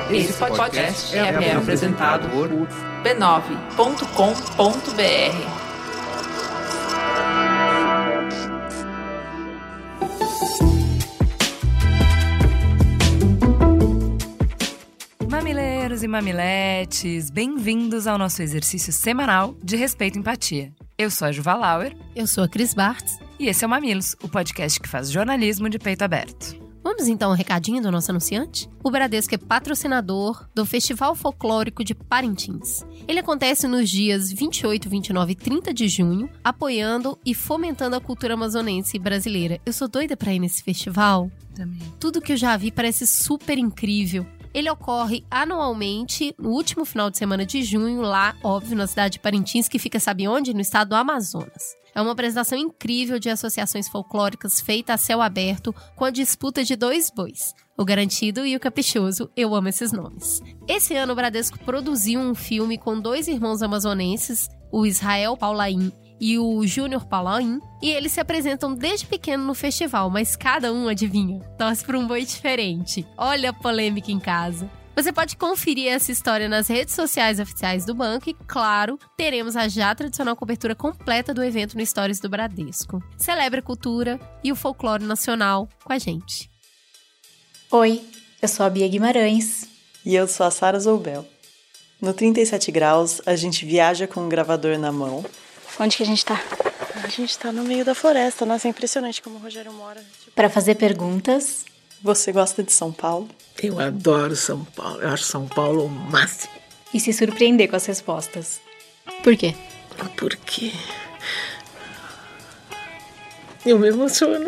Esse podcast é apresentado por b9.com.br. Mamileiros e mamiletes, bem-vindos ao nosso exercício semanal de respeito e empatia. Eu sou a Juva Lauer. Eu sou a Cris Bartz. E esse é o Mamilos, o podcast que faz jornalismo de peito aberto. Vamos então ao recadinho do nosso anunciante? O Bradesco é patrocinador do Festival Folclórico de Parintins. Ele acontece nos dias 28, 29 e 30 de junho, apoiando e fomentando a cultura amazonense e brasileira. Eu sou doida pra ir nesse festival. Também. Tudo que eu já vi parece super incrível. Ele ocorre anualmente no último final de semana de junho, lá, óbvio, na cidade de Parintins, que fica, sabe onde? No estado do Amazonas. É uma apresentação incrível de associações folclóricas feita a céu aberto com a disputa de 2 bois, o Garantido e o Caprichoso. Eu amo esses nomes. Esse ano o Bradesco produziu um filme com 2 irmãos amazonenses, o Israel Paulaim e o Júnior Paulaim, e eles se apresentam desde pequeno no festival, mas cada um, adivinha, torce por um boi diferente. Olha a polêmica em casa. Você pode conferir essa história nas redes sociais oficiais do banco e, claro, teremos a já tradicional cobertura completa do evento no Stories do Bradesco. Celebre a cultura e o folclore nacional com a gente. Oi, eu sou a Bia Guimarães. E eu sou a Sara Zoubel. No 37 graus, a gente viaja com um gravador na mão. Onde que a gente tá? A gente tá no meio da floresta, nossa, é impressionante como o Rogério mora. Para fazer perguntas. Você gosta de São Paulo? Eu adoro São Paulo, eu acho São Paulo o máximo. E se surpreender com as respostas. Por quê? Porque eu me emociono.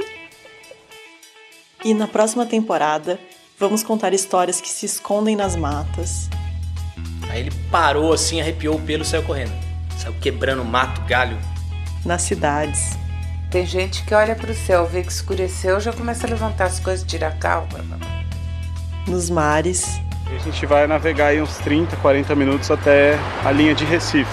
E na próxima temporada, vamos contar histórias que se escondem nas matas. Aí ele parou assim, arrepiou o pelo e saiu correndo. Saiu quebrando mato, galho. Nas cidades. Tem gente que olha pro céu, vê que escureceu, já começa a levantar as coisas, tirar a calma. Nos mares. A gente vai navegar aí uns 30, 40 minutos até a linha de Recife.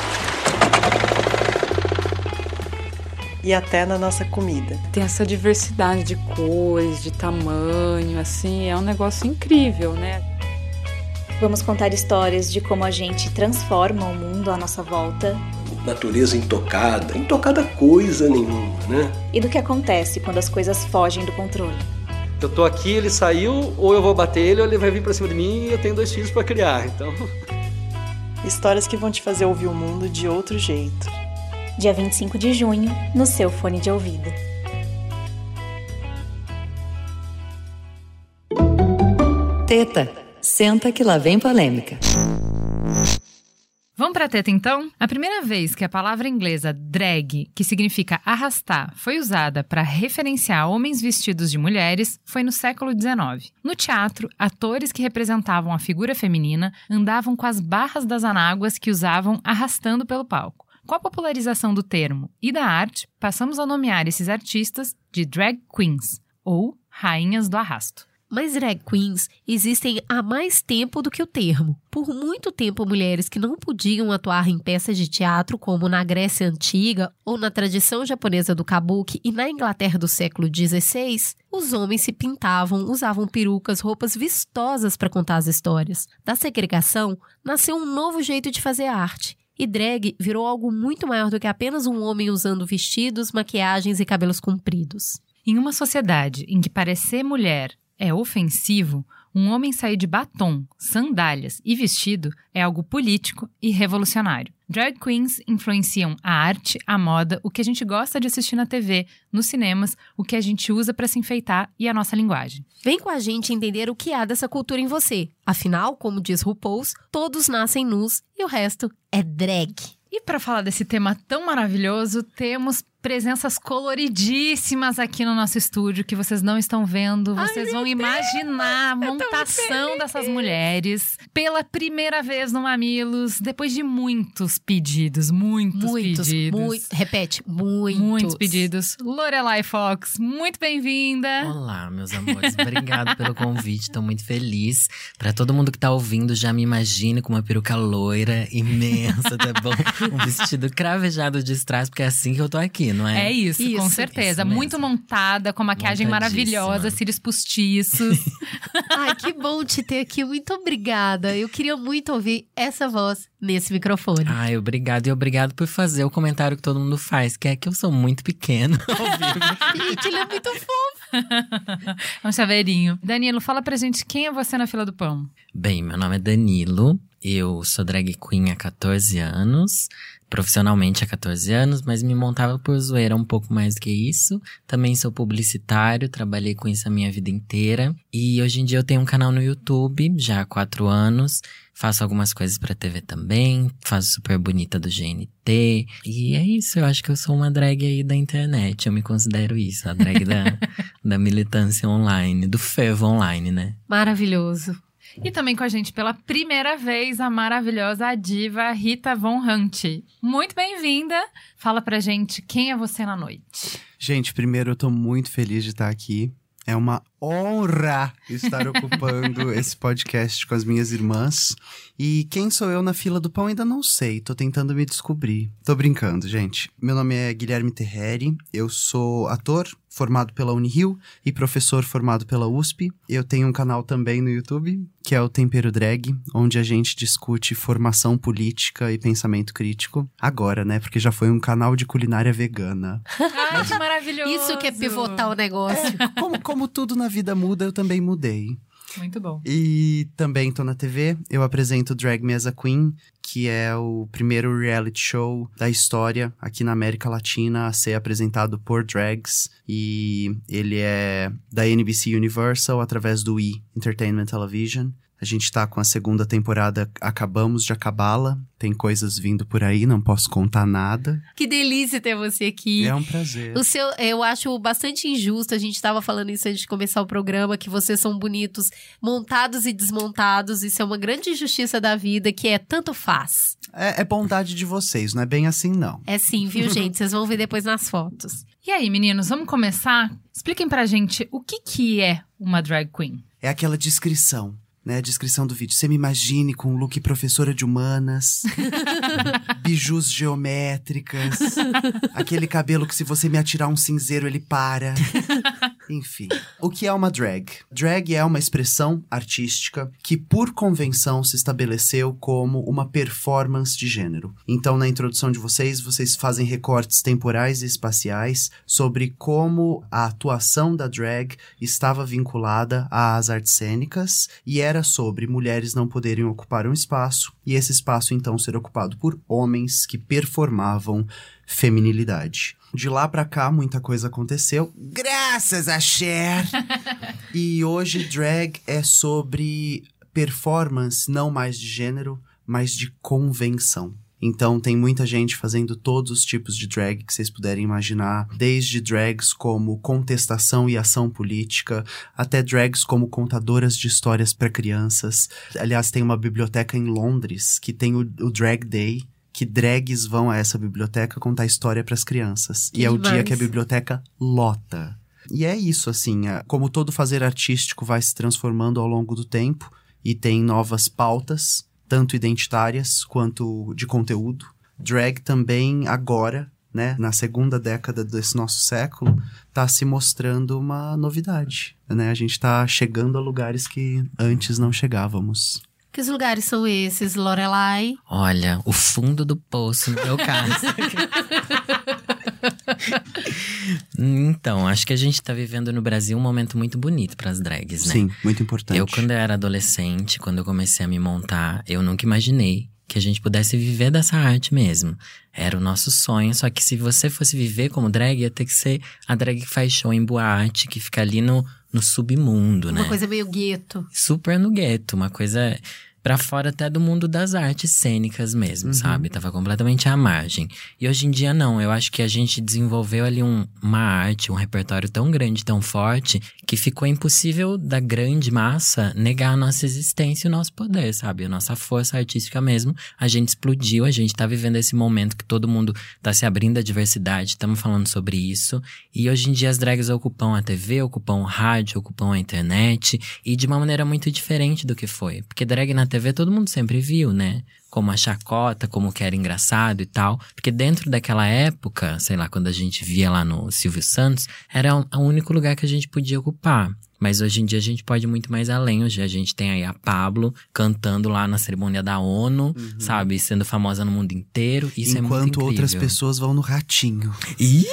E até na nossa comida. Tem essa diversidade de cores, de tamanho, assim, é um negócio incrível, né? Vamos contar histórias de como a gente transforma o mundo à nossa volta. Natureza intocada coisa nenhuma, né? E do que acontece quando as coisas fogem do controle. Eu tô aqui, ele saiu, ou eu vou bater ele, ou ele vai vir pra cima de mim e eu tenho 2 filhos pra criar, então... Histórias que vão te fazer ouvir o mundo de outro jeito. Dia 25 de junho, no seu fone de ouvido. Teta, senta que lá vem polêmica. Vamos pra teta, então? A primeira vez que a palavra inglesa drag, que significa arrastar, foi usada para referenciar homens vestidos de mulheres foi no século XIX. No teatro, atores que representavam a figura feminina andavam com as barras das anáguas que usavam arrastando pelo palco. Com a popularização do termo e da arte, passamos a nomear esses artistas de drag queens, ou rainhas do arrasto. Mas drag queens existem há mais tempo do que o termo. Por muito tempo, mulheres que não podiam atuar em peças de teatro, como na Grécia Antiga ou na tradição japonesa do kabuki e na Inglaterra do século XVI, os homens se pintavam, usavam perucas, roupas vistosas para contar as histórias. Da segregação, nasceu um novo jeito de fazer arte. E drag virou algo muito maior do que apenas um homem usando vestidos, maquiagens e cabelos compridos. Em uma sociedade em que parecer mulher é ofensivo, um homem sair de batom, sandálias e vestido é algo político e revolucionário. Drag queens influenciam a arte, a moda, o que a gente gosta de assistir na TV, nos cinemas, o que a gente usa para se enfeitar e a nossa linguagem. Vem com a gente entender o que há dessa cultura em você. Afinal, como diz RuPaul's, todos nascem nus e o resto é drag. E para falar desse tema tão maravilhoso, temos presenças coloridíssimas aqui no nosso estúdio que vocês não estão vendo. Vocês vão imaginar a montação dessas mulheres pela primeira vez no Mamilos, depois de muitos pedidos, muitos pedidos. Repete, muitos. Muitos pedidos. Lorelai Fox, muito bem-vinda. Olá, meus amores. Obrigado pelo convite, tô muito feliz. Pra todo mundo que tá ouvindo, já me imagine com uma peruca loira, imensa, tá bom? Um vestido cravejado de strass, porque é assim que eu tô aqui, não é? É isso, com certeza. Isso Muito montada, com maquiagem maravilhosa, cílios postiços. Ai, que bom te ter aqui. Muito obrigada. Eu queria muito ouvir essa voz nesse microfone. Ai, obrigado. E obrigado por fazer o comentário que todo mundo faz, que é que eu sou muito pequeno. Gente, ele é muito fofo. É um chaveirinho. Danilo, fala pra gente quem é você na fila do pão. Bem, meu nome é Danilo. Eu sou drag queen há 14 anos. Profissionalmente há 14 anos, mas me montava por zoeira um pouco mais do que isso. Também sou publicitário, trabalhei com isso a minha vida inteira. E hoje em dia eu tenho um canal no YouTube, já há 4 anos. Faço algumas coisas pra TV também, faço Super Bonita do GNT. E é isso, eu acho que eu sou uma drag aí da internet, eu me considero isso, a drag da militância online, do fervo online, né? Maravilhoso. E também com a gente pela primeira vez, a maravilhosa diva Rita Von Hunt. Muito bem-vinda! Fala pra gente quem é você na noite. Gente, primeiro eu tô muito feliz de estar aqui. É uma honra estar ocupando esse podcast com as minhas irmãs. E quem sou eu na fila do pão ainda não sei, tô tentando me descobrir. Tô brincando, gente. Meu nome é Guilherme Terreri, eu sou ator formado pela Unirio e professor formado pela USP. Eu tenho um canal também no YouTube, que é o Tempero Drag, onde a gente discute formação política e pensamento crítico. Agora, né? Porque já foi um canal de culinária vegana. Ai, que maravilhoso! Isso que é pivotar o negócio. Como tudo na vida muda, eu também mudei. Muito bom. E também tô na TV, eu apresento Drag Me as a Queen, que é o primeiro reality show da história aqui na América Latina a ser apresentado por drags. E ele é da NBC Universal através do E! Entertainment Television. A gente tá com a segunda temporada, acabamos de acabá-la. Tem coisas vindo por aí, não posso contar nada. Que delícia ter você aqui. É um prazer. Eu acho bastante injusto, a gente tava falando isso antes de começar o programa, que vocês são bonitos, montados e desmontados. Isso é uma grande injustiça da vida, que é tanto faz. É bondade de vocês, não é bem assim não. É sim, viu, gente? Vocês vão ver depois nas fotos. E aí, meninos, vamos começar? Expliquem pra gente o que é uma drag queen. É aquela descrição. Né, a descrição do vídeo. Você me imagine com um look professora de humanas, bijus geométricas, aquele cabelo que se você me atirar um cinzeiro ele para. Enfim. O que é uma drag? Drag é uma expressão artística que, por convenção, se estabeleceu como uma performance de gênero. Então, na introdução de vocês fazem recortes temporais e espaciais sobre como a atuação da drag estava vinculada às artes cênicas e era sobre mulheres não poderem ocupar um espaço e esse espaço, então, ser ocupado por homens que performavam feminilidade. De lá pra cá, muita coisa aconteceu, graças a Cher! E hoje, drag é sobre performance, não mais de gênero, mas de convenção. Então, tem muita gente fazendo todos os tipos de drag que vocês puderem imaginar, desde drags como contestação e ação política, até drags como contadoras de histórias para crianças. Aliás, tem uma biblioteca em Londres que tem o Drag Day, que drags vão a essa biblioteca contar história para as crianças. E é o dia que a biblioteca lota. E é isso, assim, como todo fazer artístico vai se transformando ao longo do tempo e tem novas pautas, tanto identitárias quanto de conteúdo. Drag também agora, né, na segunda década desse nosso século, tá se mostrando uma novidade, né? A gente tá chegando a lugares que antes não chegávamos. Que lugares são esses, Lorelai? Olha, o fundo do poço, no meu caso. Então, acho que a gente tá vivendo no Brasil um momento muito bonito pras drags, né? Sim, muito importante. Eu, quando eu era adolescente, quando eu comecei a me montar, eu nunca imaginei que a gente pudesse viver dessa arte mesmo. Era o nosso sonho, só que se você fosse viver como drag, ia ter que ser a drag que faz show em boate, que fica ali no submundo, né? Uma coisa meio gueto. Super no gueto, uma coisa pra fora até do mundo das artes cênicas mesmo, sabe? Tava completamente à margem. E hoje em dia não, eu acho que a gente desenvolveu ali uma arte, um repertório tão grande, tão forte, que ficou impossível da grande massa negar a nossa existência e o nosso poder, sabe? A nossa força artística mesmo, a gente explodiu, a gente tá vivendo esse momento que todo mundo tá se abrindo à diversidade, estamos falando sobre isso. E hoje em dia as drags ocupam a TV, ocupam o rádio, ocupam a internet, e de uma maneira muito diferente do que foi. Porque drag na TV todo mundo sempre viu, né? como a chacota, como que era engraçado e tal. Porque dentro daquela época, sei lá, quando a gente via lá no Silvio Santos, era o único lugar que a gente podia ocupar. Mas hoje em dia a gente pode ir muito mais além. Hoje a gente tem aí a Pablo cantando lá na cerimônia da ONU, sabe? Sendo famosa no mundo inteiro. Isso é muito incrível. Enquanto outras pessoas vão no Ratinho. Ih!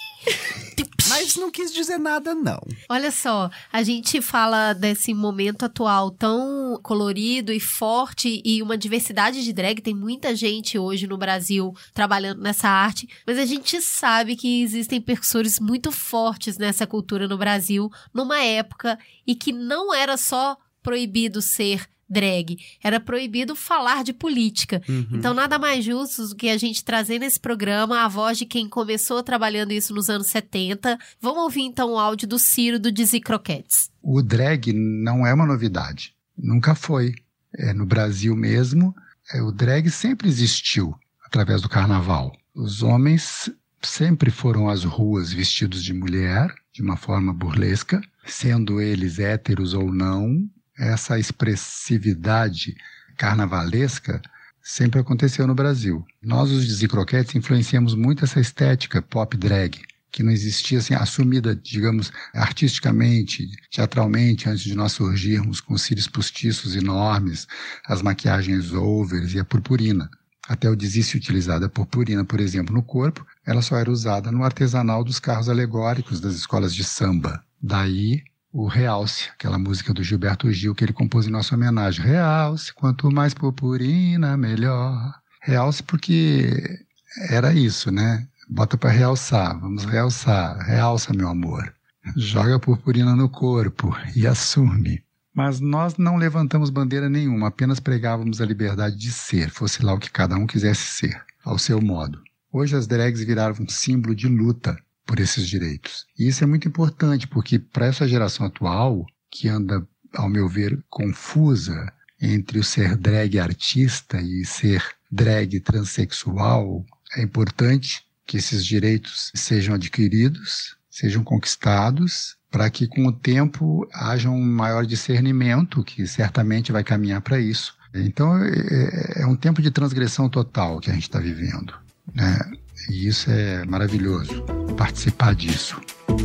Mas não quis dizer nada, não. Olha só, a gente fala desse momento atual tão colorido e forte e uma diversidade de drag. Tem muita gente hoje no Brasil trabalhando nessa arte, mas a gente sabe que existem percussores muito fortes nessa cultura no Brasil, numa época e que não era só proibido ser drag, era proibido falar de política. Então nada mais justo do que a gente trazer nesse programa a voz de quem começou trabalhando isso nos anos 70. Vamos ouvir então o áudio do Ciro do Dizzy Croquettes. O drag não é uma novidade, nunca foi. No Brasil mesmo, o drag sempre existiu através do carnaval. Os homens sempre foram às ruas vestidos de mulher, de uma forma burlesca, sendo eles héteros ou não. Essa expressividade carnavalesca sempre aconteceu no Brasil. Nós, os Dizzy Croquettes, influenciamos muito essa estética pop drag, que não existia assim, assumida, digamos, artisticamente, teatralmente, antes de nós surgirmos com os cílios postiços enormes, as maquiagens overs e a purpurina. Até o Dizzy se utilizava a purpurina, por exemplo, no corpo, ela só era usada no artesanal dos carros alegóricos das escolas de samba. Daí o Realce, aquela música do Gilberto Gil que ele compôs em nossa homenagem. Realce, quanto mais purpurina, melhor. Realce porque era isso, né? Bota pra realçar, vamos realçar. Realça, meu amor. Joga a purpurina no corpo e assume. Mas nós não levantamos bandeira nenhuma, apenas pregávamos a liberdade de ser, fosse lá o que cada um quisesse ser, ao seu modo. Hoje as drags viraram um símbolo de luta por esses direitos. E isso é muito importante, porque para essa geração atual, que anda, ao meu ver, confusa entre o ser drag artista e ser drag transexual, é importante que esses direitos sejam adquiridos, sejam conquistados, para que com o tempo haja um maior discernimento, que certamente vai caminhar para isso. Então é um tempo de transgressão total que a gente está vivendo, né? E isso é maravilhoso, participar disso.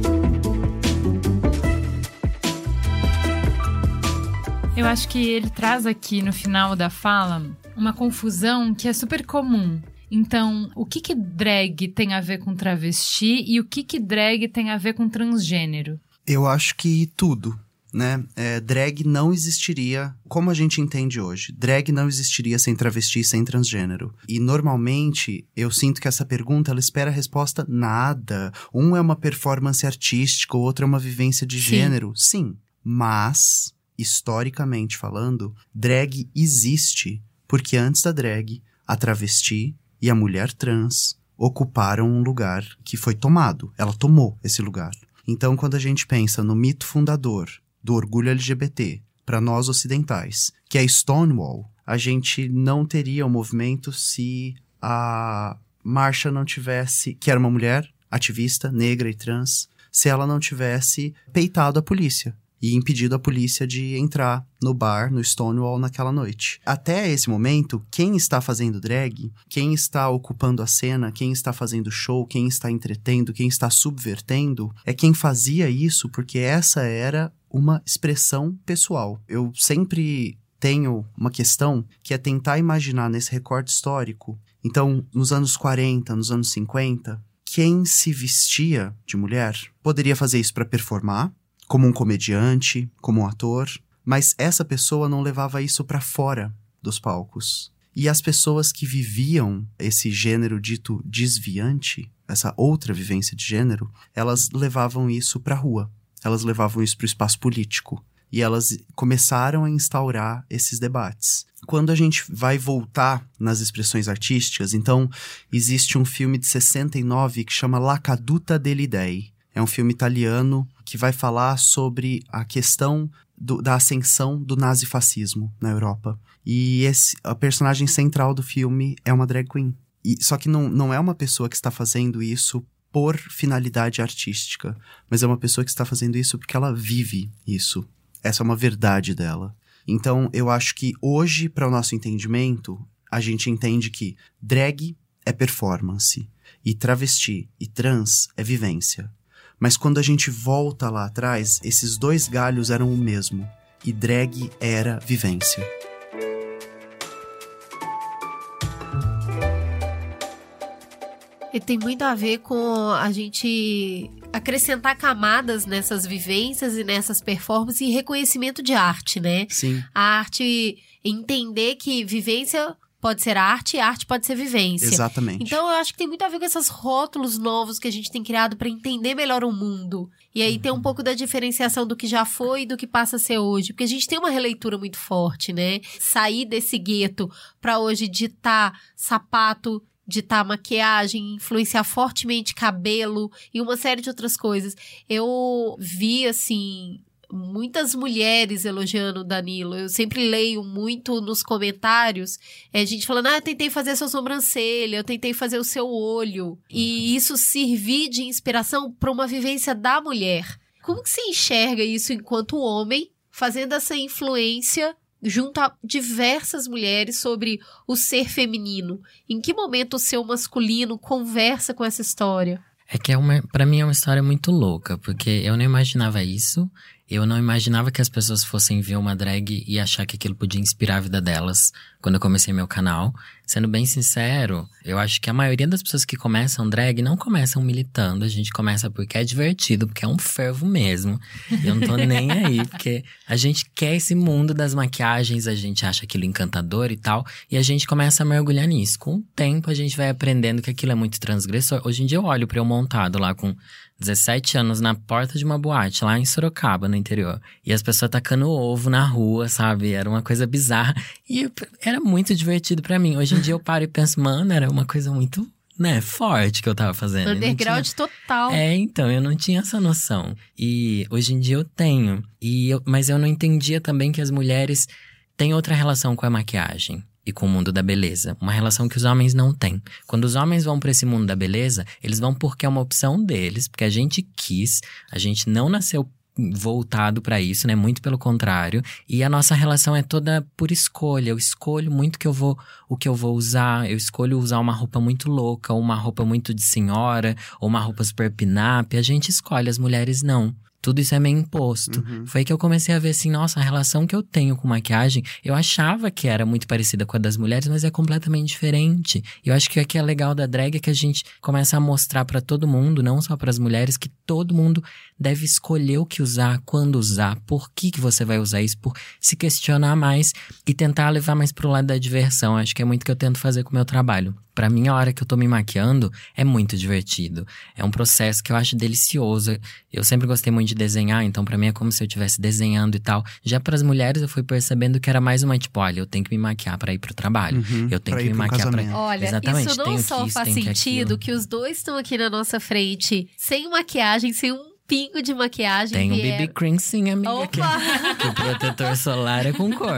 Eu acho que ele traz aqui no final da fala uma confusão que é super comum. Então, o que drag tem a ver com travesti e o que drag tem a ver com transgênero? Eu acho que tudo, né? Drag não existiria como a gente entende hoje. Drag não existiria sem travesti e sem transgênero. E normalmente eu sinto que essa pergunta ela espera a resposta nada. Um é uma performance artística, o outro é uma vivência de gênero. Sim, mas historicamente falando, drag existe porque antes da drag, a travesti e a mulher trans ocuparam um lugar que foi tomado. Ela tomou esse lugar. Então, quando a gente pensa no mito fundador do orgulho LGBT, para nós ocidentais, que é Stonewall, a gente não teria o movimento se a Marsha não tivesse, que era uma mulher ativista, negra e trans, se ela não tivesse peitado a polícia e impedido a polícia de entrar no bar, no Stonewall, naquela noite. Até esse momento, quem está fazendo drag, quem está ocupando a cena, quem está fazendo show, quem está entretendo, quem está subvertendo, é quem fazia isso porque essa era uma expressão pessoal. Eu sempre tenho uma questão que é tentar imaginar nesse recorte histórico. Então, nos anos 40, nos anos 50, quem se vestia de mulher poderia fazer isso para performar, como um comediante, como um ator, mas essa pessoa não levava isso para fora dos palcos. E as pessoas que viviam esse gênero dito desviante, essa outra vivência de gênero, elas levavam isso para a rua, elas levavam isso para o espaço político. E elas começaram a instaurar esses debates. Quando a gente vai voltar nas expressões artísticas, então existe um filme de 69 que chama La Caduta delle Idee. É um filme italiano que vai falar sobre a questão da ascensão do nazifascismo na Europa. E a personagem central do filme é uma drag queen. Só que não é uma pessoa que está fazendo isso por finalidade artística, mas é uma pessoa que está fazendo isso porque ela vive isso. Essa é uma verdade dela. Então, eu acho que hoje, para o nosso entendimento, a gente entende que drag é performance, e travesti e trans é vivência. Mas quando a gente volta lá atrás, esses dois galhos eram o mesmo, e drag era vivência. E tem muito a ver com a gente acrescentar camadas nessas vivências e nessas performances e reconhecimento de arte, né? Sim. A arte, entender que vivência pode ser arte e arte pode ser vivência. Exatamente. Então eu acho que tem muito a ver com esses rótulos novos que a gente tem criado para entender melhor o mundo. E aí tem um pouco da diferenciação do que já foi e do que passa a ser hoje. Porque a gente tem uma releitura muito forte, né? Sair desse gueto para hoje ditar sapato, ditar maquiagem, influenciar fortemente cabelo e uma série de outras coisas. Eu vi, assim, muitas mulheres elogiando o Danilo. Eu sempre leio muito nos comentários, gente falando, eu tentei fazer a sua sobrancelha, eu tentei fazer o seu olho. E isso servir de inspiração para uma vivência da mulher. Como que você enxerga isso enquanto homem, fazendo essa influência junto a diversas mulheres sobre o ser feminino? Em que momento o seu masculino conversa com essa história? É que pra mim é uma história muito louca, porque eu não imaginava isso. Eu não imaginava que as pessoas fossem ver uma drag e achar que aquilo podia inspirar a vida delas quando eu comecei meu canal. Sendo bem sincero, eu acho que a maioria das pessoas que começam drag não começam militando. A gente começa porque é divertido, porque é um fervo mesmo. E eu não tô nem aí, porque a gente quer esse mundo das maquiagens, a gente acha aquilo encantador e tal. E a gente começa a mergulhar nisso. Com o tempo a gente vai aprendendo que aquilo é muito transgressor. Hoje em dia eu olho pra eu montado lá com 17 anos na porta de uma boate, lá em Sorocaba, no interior. E as pessoas tacando ovo na rua, sabe? Era uma coisa bizarra. E era muito divertido pra mim. Hoje em dia eu paro e penso, mano, era uma coisa muito, forte que eu tava fazendo. Underground total. Então, eu não tinha essa noção. E hoje em dia eu tenho. Mas eu não entendia também que as mulheres têm outra relação com a maquiagem e com o mundo da beleza. Uma relação que os homens não têm. Quando os homens vão pra esse mundo da beleza, eles vão porque é uma opção deles, porque a gente quis, a gente não nasceu voltado pra isso, né? Muito pelo contrário. E a nossa relação é toda por escolha. Eu escolho muito o que eu vou usar. Eu escolho usar uma roupa muito louca, ou uma roupa muito de senhora, ou uma roupa super pin-up. A gente escolhe, as mulheres não. Tudo isso é meio imposto. Foi aí que eu comecei a ver assim, nossa, a relação que eu tenho com maquiagem, eu achava que era muito parecida com a das mulheres, mas é completamente diferente. E eu acho que o que é legal da drag é que a gente começa a mostrar pra todo mundo, não só pras mulheres, que todo mundo deve escolher o que usar, quando usar, por que você vai usar isso, por se questionar mais e tentar levar mais pro lado da diversão. Acho que é muito o que eu tento fazer com o meu trabalho. Pra mim, a hora que eu tô me maquiando, é muito divertido. É um processo que eu acho delicioso. Eu sempre gostei muito de desenhar, então pra mim é como se eu estivesse desenhando e tal. Já pras mulheres, eu fui percebendo que era mais uma, tipo, olha, eu tenho que me maquiar pra ir pro trabalho. Eu tenho que me maquiar pra... Olha, exatamente, isso não só faz sentido que os dois estão aqui na nossa frente, sem maquiagem, sem um pingo de maquiagem. Tem um BB cream sim, amiga. Opa! Que o protetor solar é com cor.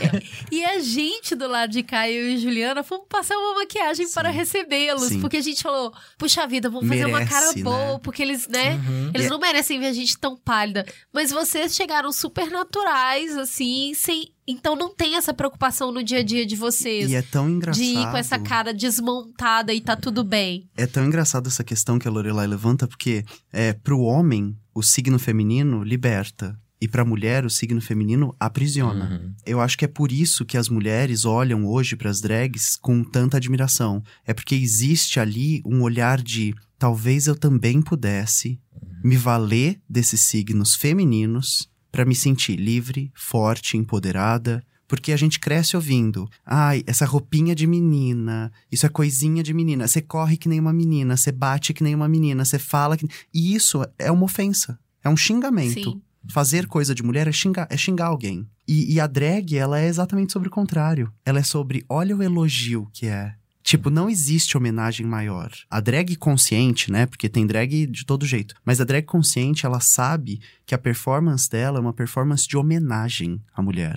E a gente do lado de cá, eu e Juliana, fomos passar uma maquiagem para recebê-los. Sim. Porque a gente falou, puxa vida, vamos fazer uma cara boa. Porque eles, eles não merecem ver a gente tão pálida. Mas vocês chegaram super naturais, assim, sem... Então não tem essa preocupação no dia a dia de vocês. E é tão engraçado. De ir com essa cara desmontada e tá tudo bem. É tão engraçado essa questão que a Lorelai levanta, porque pro homem, o signo feminino liberta. E pra mulher, o signo feminino aprisiona. Eu acho que é por isso que as mulheres olham hoje pras drags com tanta admiração. É porque existe ali um olhar de... Talvez eu também pudesse me valer desses signos femininos pra me sentir livre, forte, empoderada. Porque a gente cresce ouvindo, essa roupinha de menina, isso é coisinha de menina. Você corre que nem uma menina, você bate que nem uma menina, você fala que... E isso é uma ofensa, é um xingamento. Sim. Fazer coisa de mulher é xingar alguém. E a drag, ela é exatamente sobre o contrário. Ela é sobre, olha o elogio que é. Tipo, não existe homenagem maior. A drag consciente, né? Porque tem drag de todo jeito. Mas a drag consciente, ela sabe que a performance dela é uma performance de homenagem à mulher.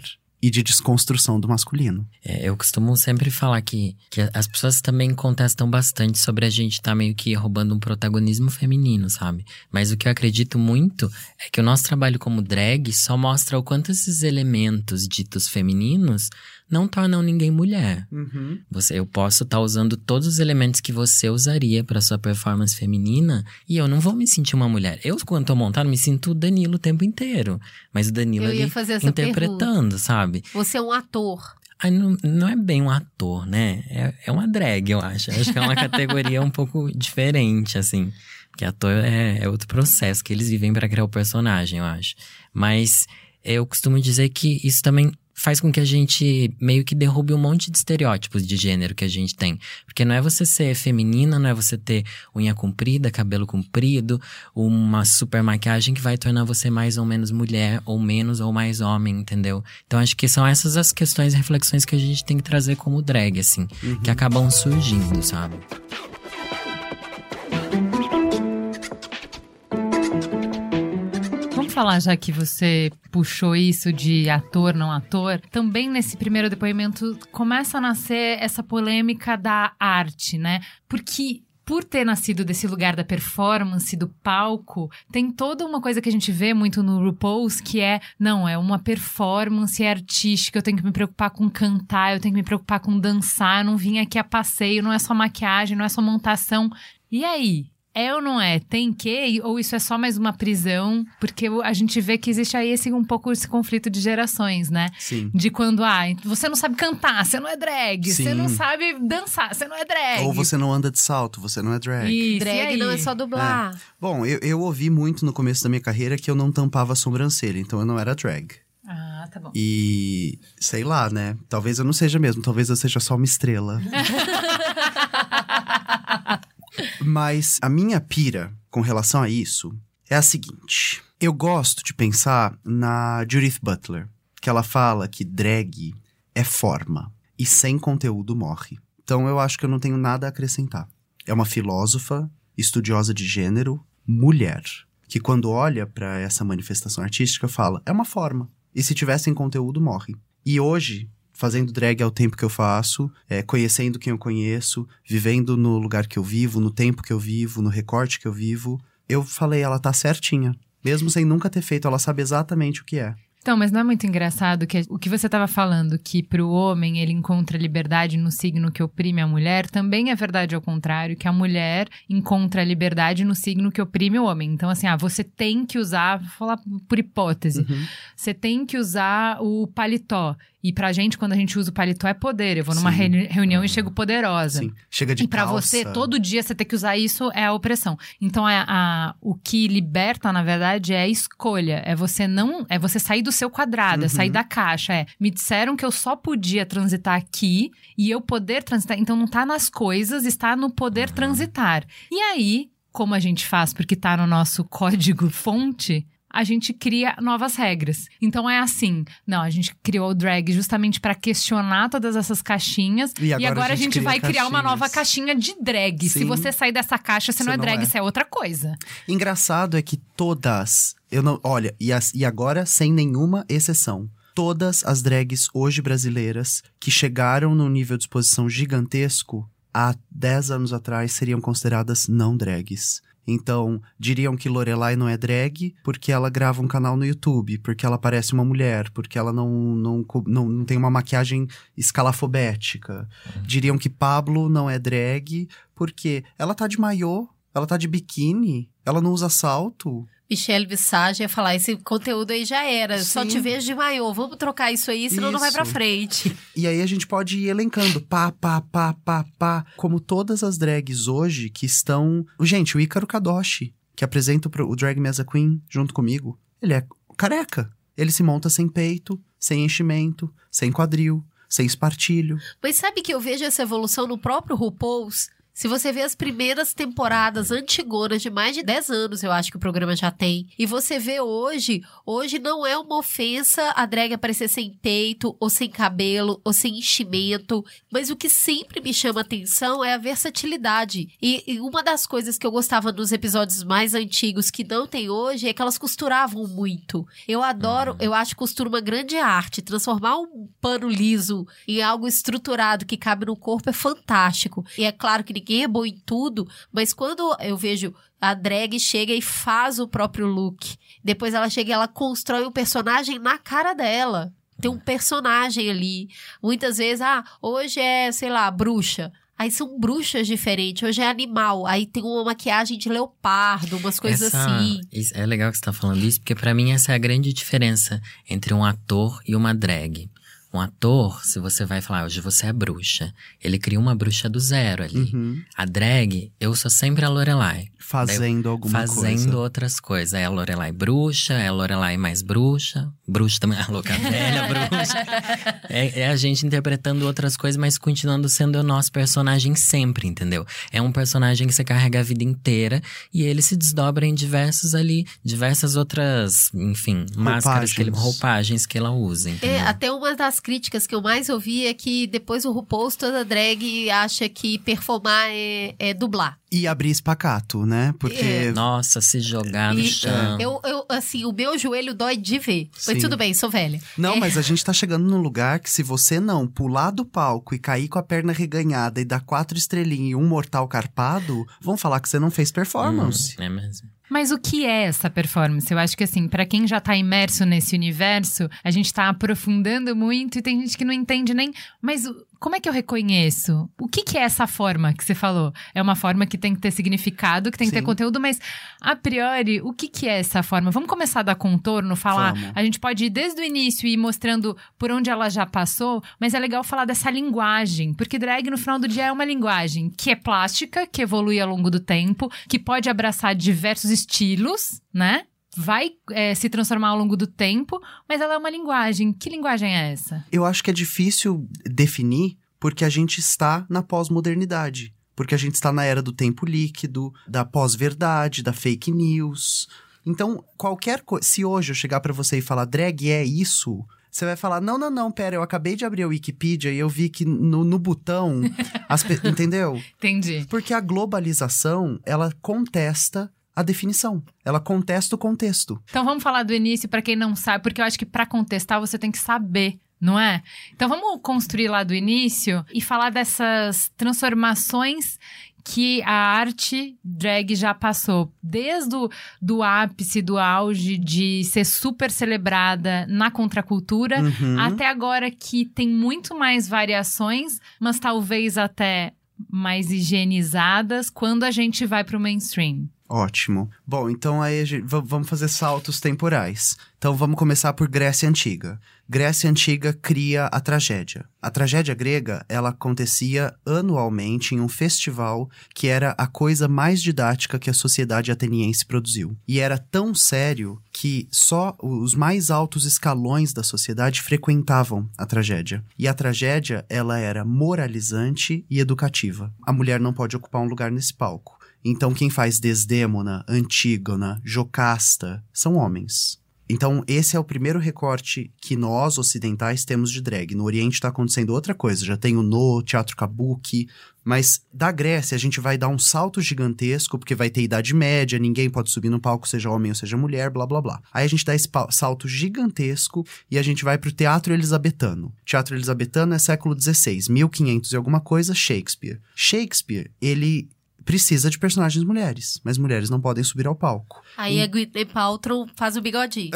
e de desconstrução do masculino. Eu costumo sempre falar que as pessoas também contestam bastante sobre a gente tá meio que roubando um protagonismo feminino, sabe? Mas o que eu acredito muito é que o nosso trabalho como drag só mostra o quanto esses elementos ditos femininos não tornam ninguém mulher. Uhum. Eu posso estar usando todos os elementos que você usaria para sua performance feminina e eu não vou me sentir uma mulher. Eu, quando tô montado, me sinto o Danilo o tempo inteiro. Mas o Danilo ali interpretando, sabe? Você é um ator. Não é bem um ator, né? É uma drag, eu acho. Acho que é uma categoria um pouco diferente, assim. Porque ator é outro processo que eles vivem para criar o personagem, eu acho. Mas eu costumo dizer que isso também faz com que a gente meio que derrube um monte de estereótipos de gênero que a gente tem. Porque não é você ser feminina, não é você ter unha comprida, cabelo comprido, uma super maquiagem que vai tornar você mais ou menos mulher, ou menos ou mais homem, entendeu? Então acho que são essas as questões e reflexões que a gente tem que trazer como drag, assim, que acabam surgindo, sabe? Falar, já que você puxou isso de ator, não ator, também nesse primeiro depoimento começa a nascer essa polêmica da arte, né? Porque por ter nascido desse lugar da performance, do palco, tem toda uma coisa que a gente vê muito no RuPaul's, que é uma performance artística, eu tenho que me preocupar com cantar, eu tenho que me preocupar com dançar, eu não vim aqui a passeio, não é só maquiagem, não é só montação. E aí? É ou não é? Tem que? Ou isso é só mais uma prisão? Porque a gente vê que existe aí um pouco esse conflito de gerações, né? Sim. De quando, você não sabe cantar, você não é drag. Sim. Você não sabe dançar, você não é drag. Ou você não anda de salto, você não é drag. Isso, drag não é só dublar. Bom, eu ouvi muito no começo da minha carreira que eu não tampava a sobrancelha, então eu não era drag. Ah, tá bom. E, sei lá, né? Talvez eu não seja mesmo, talvez eu seja só uma estrela. Mas a minha pira com relação a isso é a seguinte. Eu gosto de pensar na Judith Butler, que ela fala que drag é forma e sem conteúdo morre. Então eu acho que eu não tenho nada a acrescentar. É uma filósofa, estudiosa de gênero, mulher, que quando olha para essa manifestação artística fala, é uma forma. E se tiver sem conteúdo, morre. E hoje, fazendo drag ao tempo que eu faço, conhecendo quem eu conheço, vivendo no lugar que eu vivo, no tempo que eu vivo, no recorte que eu vivo, eu falei, ela tá certinha. Mesmo sem nunca ter feito, ela sabe exatamente o que é. Então, mas não é muito engraçado que o que você estava falando, que pro homem ele encontra liberdade no signo que oprime a mulher, também é verdade ao contrário, que a mulher encontra liberdade no signo que oprime o homem. Então, assim, você tem que usar, vou falar por hipótese, você tem que usar o paletó. E pra gente, quando a gente usa o paletó, é poder. Eu vou numa reunião e chego poderosa. Sim. Chega de calça. E pra você, todo dia você ter que usar isso é a opressão. Então, o que liberta, na verdade, é a escolha. É você sair do seu quadrado, é sair da caixa. Me disseram que eu só podia transitar aqui e eu poder transitar. Então, não tá nas coisas, está no poder transitar. E aí, como a gente faz, porque tá no nosso código-fonte, a gente cria novas regras. Então é assim, a gente criou o drag justamente para questionar todas essas caixinhas e agora a gente vai criar uma nova caixinha de drag. Sim. Se você sair dessa caixa, você não é drag, você é outra coisa. Engraçado é que todas, e agora sem nenhuma exceção, todas as drags hoje brasileiras que chegaram num nível de exposição gigantesco, há 10 anos atrás seriam consideradas não drags. Então, diriam que Lorelai não é drag porque ela grava um canal no YouTube, porque ela parece uma mulher, porque ela não tem uma maquiagem escalafobética. Diriam que Pablo não é drag porque ela tá de maiô, ela tá de biquíni, ela não usa salto. Michelle Visage ia falar, esse conteúdo aí já era, Sim. Só te vejo de maiô, vamos trocar isso aí, senão não vai pra frente. E aí a gente pode ir elencando, pá, como todas as drags hoje que estão... Gente, o Ícaro Kadoshi, que apresenta o Drag Me As a Queen junto comigo, ele é careca. Ele se monta sem peito, sem enchimento, sem quadril, sem espartilho. Mas sabe que eu vejo essa evolução no próprio RuPaul's? Se você vê as primeiras temporadas antigonas de mais de 10 anos, eu acho que o programa já tem, e você vê hoje não é uma ofensa a drag aparecer sem peito, ou sem cabelo, ou sem enchimento, mas o que sempre me chama atenção é a versatilidade. E uma das coisas que eu gostava nos episódios mais antigos que não tem hoje é que elas costuravam muito. Eu adoro, eu acho costura uma grande arte. Transformar um pano liso em algo estruturado que cabe no corpo é fantástico. E é claro que ninguém é bom em tudo, mas quando eu vejo a drag chega e faz o próprio look, depois ela chega e ela constrói um personagem na cara dela. Tem um personagem ali. Muitas vezes, hoje é, sei lá, bruxa. Aí são bruxas diferentes, hoje é animal. Aí tem uma maquiagem de leopardo, umas coisas assim. É legal que você tá falando isso, porque pra mim essa é a grande diferença entre um ator e uma drag. Um ator, se você vai falar, hoje você é bruxa, ele cria uma bruxa do zero ali. A drag, eu sou sempre a Lorelai. Fazendo alguma coisa. Fazendo outras coisas. É a Lorelai bruxa, é a Lorelai mais bruxa. Bruxa também, a louca velha bruxa. É a gente interpretando outras coisas, mas continuando sendo o nosso personagem sempre, entendeu? É um personagem que você carrega a vida inteira e ele se desdobra em diversas outras, enfim, roupagens que ela usa, entendeu? Até uma das críticas que eu mais ouvi é que depois o RuPaul, toda drag acha que performar é dublar. E abrir espacato, né? Porque... Nossa, se jogar no chão. Assim, o meu joelho dói de ver. Mas Sim. tudo bem, sou velha. Não, mas a gente tá chegando num lugar que se você não pular do palco e cair com a perna reganhada e dar 4 estrelinhas e um mortal carpado, vão falar que você não fez performance. É mesmo. Mas o que é essa performance? Eu acho que assim, pra quem já tá imerso nesse universo, a gente tá aprofundando muito e tem gente que não entende nem... Mas como é que eu reconheço? O que é essa forma que você falou? É uma forma que tem que ter significado, que tem que ter conteúdo, mas a priori, o que é essa forma? Vamos começar a dar contorno, falar... A gente pode ir desde o início e ir mostrando por onde ela já passou, mas é legal falar dessa linguagem, porque drag no final do dia é uma linguagem que é plástica, que evolui ao longo do tempo, que pode abraçar diversos estilos, né? Vai se transformar ao longo do tempo, mas ela é uma linguagem. Que linguagem é essa? Eu acho que é difícil definir porque a gente está na pós-modernidade. Porque a gente está na era do tempo líquido, da pós-verdade, da fake news. Então, qualquer coisa... Se hoje eu chegar pra você e falar drag é isso... Você vai falar, não, pera, eu acabei de abrir a Wikipedia e eu vi que no botão... Entendeu? Entendi. Porque a globalização, ela contesta a definição. Ela contesta o contexto. Então vamos falar do início pra quem não sabe, porque eu acho que pra contestar você tem que saber, não é? Então vamos construir lá do início e falar dessas transformações que a arte drag já passou. Desde do ápice, do auge de ser super celebrada na contracultura, até agora que tem muito mais variações, mas talvez até mais higienizadas quando a gente vai pro mainstream. Ótimo. Bom, então aí vamos fazer saltos temporais. Então vamos começar por Grécia Antiga. Grécia Antiga cria a tragédia. A tragédia grega, ela acontecia anualmente em um festival que era a coisa mais didática que a sociedade ateniense produziu. E era tão sério que só os mais altos escalões da sociedade frequentavam a tragédia. E a tragédia, ela era moralizante e educativa. A mulher não pode ocupar um lugar nesse palco. Então, quem faz Desdémona, Antígona, Jocasta, são homens. Então, esse é o primeiro recorte que nós, ocidentais, temos de drag. No Oriente está acontecendo outra coisa. Já tem o No, Teatro Kabuki. Mas da Grécia, a gente vai dar um salto gigantesco, porque vai ter Idade Média, ninguém pode subir no palco, seja homem ou seja mulher, blá, blá, blá. Aí a gente dá esse salto gigantesco e a gente vai pro Teatro Elisabetano. Teatro Elisabetano é século XVI, 1500 e alguma coisa, Shakespeare. Shakespeare, ele... precisa de personagens mulheres, mas mulheres não podem subir ao palco. Aí a Gwyneth Paltrow faz o bigodinho.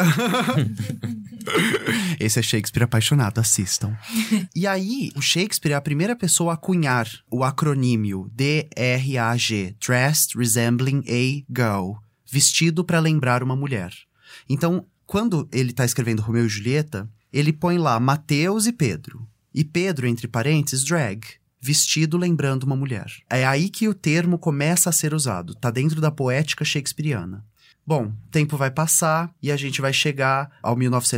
Esse é Shakespeare apaixonado, assistam. E aí, o Shakespeare é a primeira pessoa a cunhar o acronímio DRAG, Dressed Resembling a Girl, vestido para lembrar uma mulher. Então, quando ele tá escrevendo Romeu e Julieta, ele põe lá Mateus e Pedro. E Pedro, entre parênteses, drag. Vestido lembrando uma mulher. É aí que o termo começa a ser usado. Tá dentro da poética shakespeariana. Bom, tempo vai passar e a gente vai chegar ao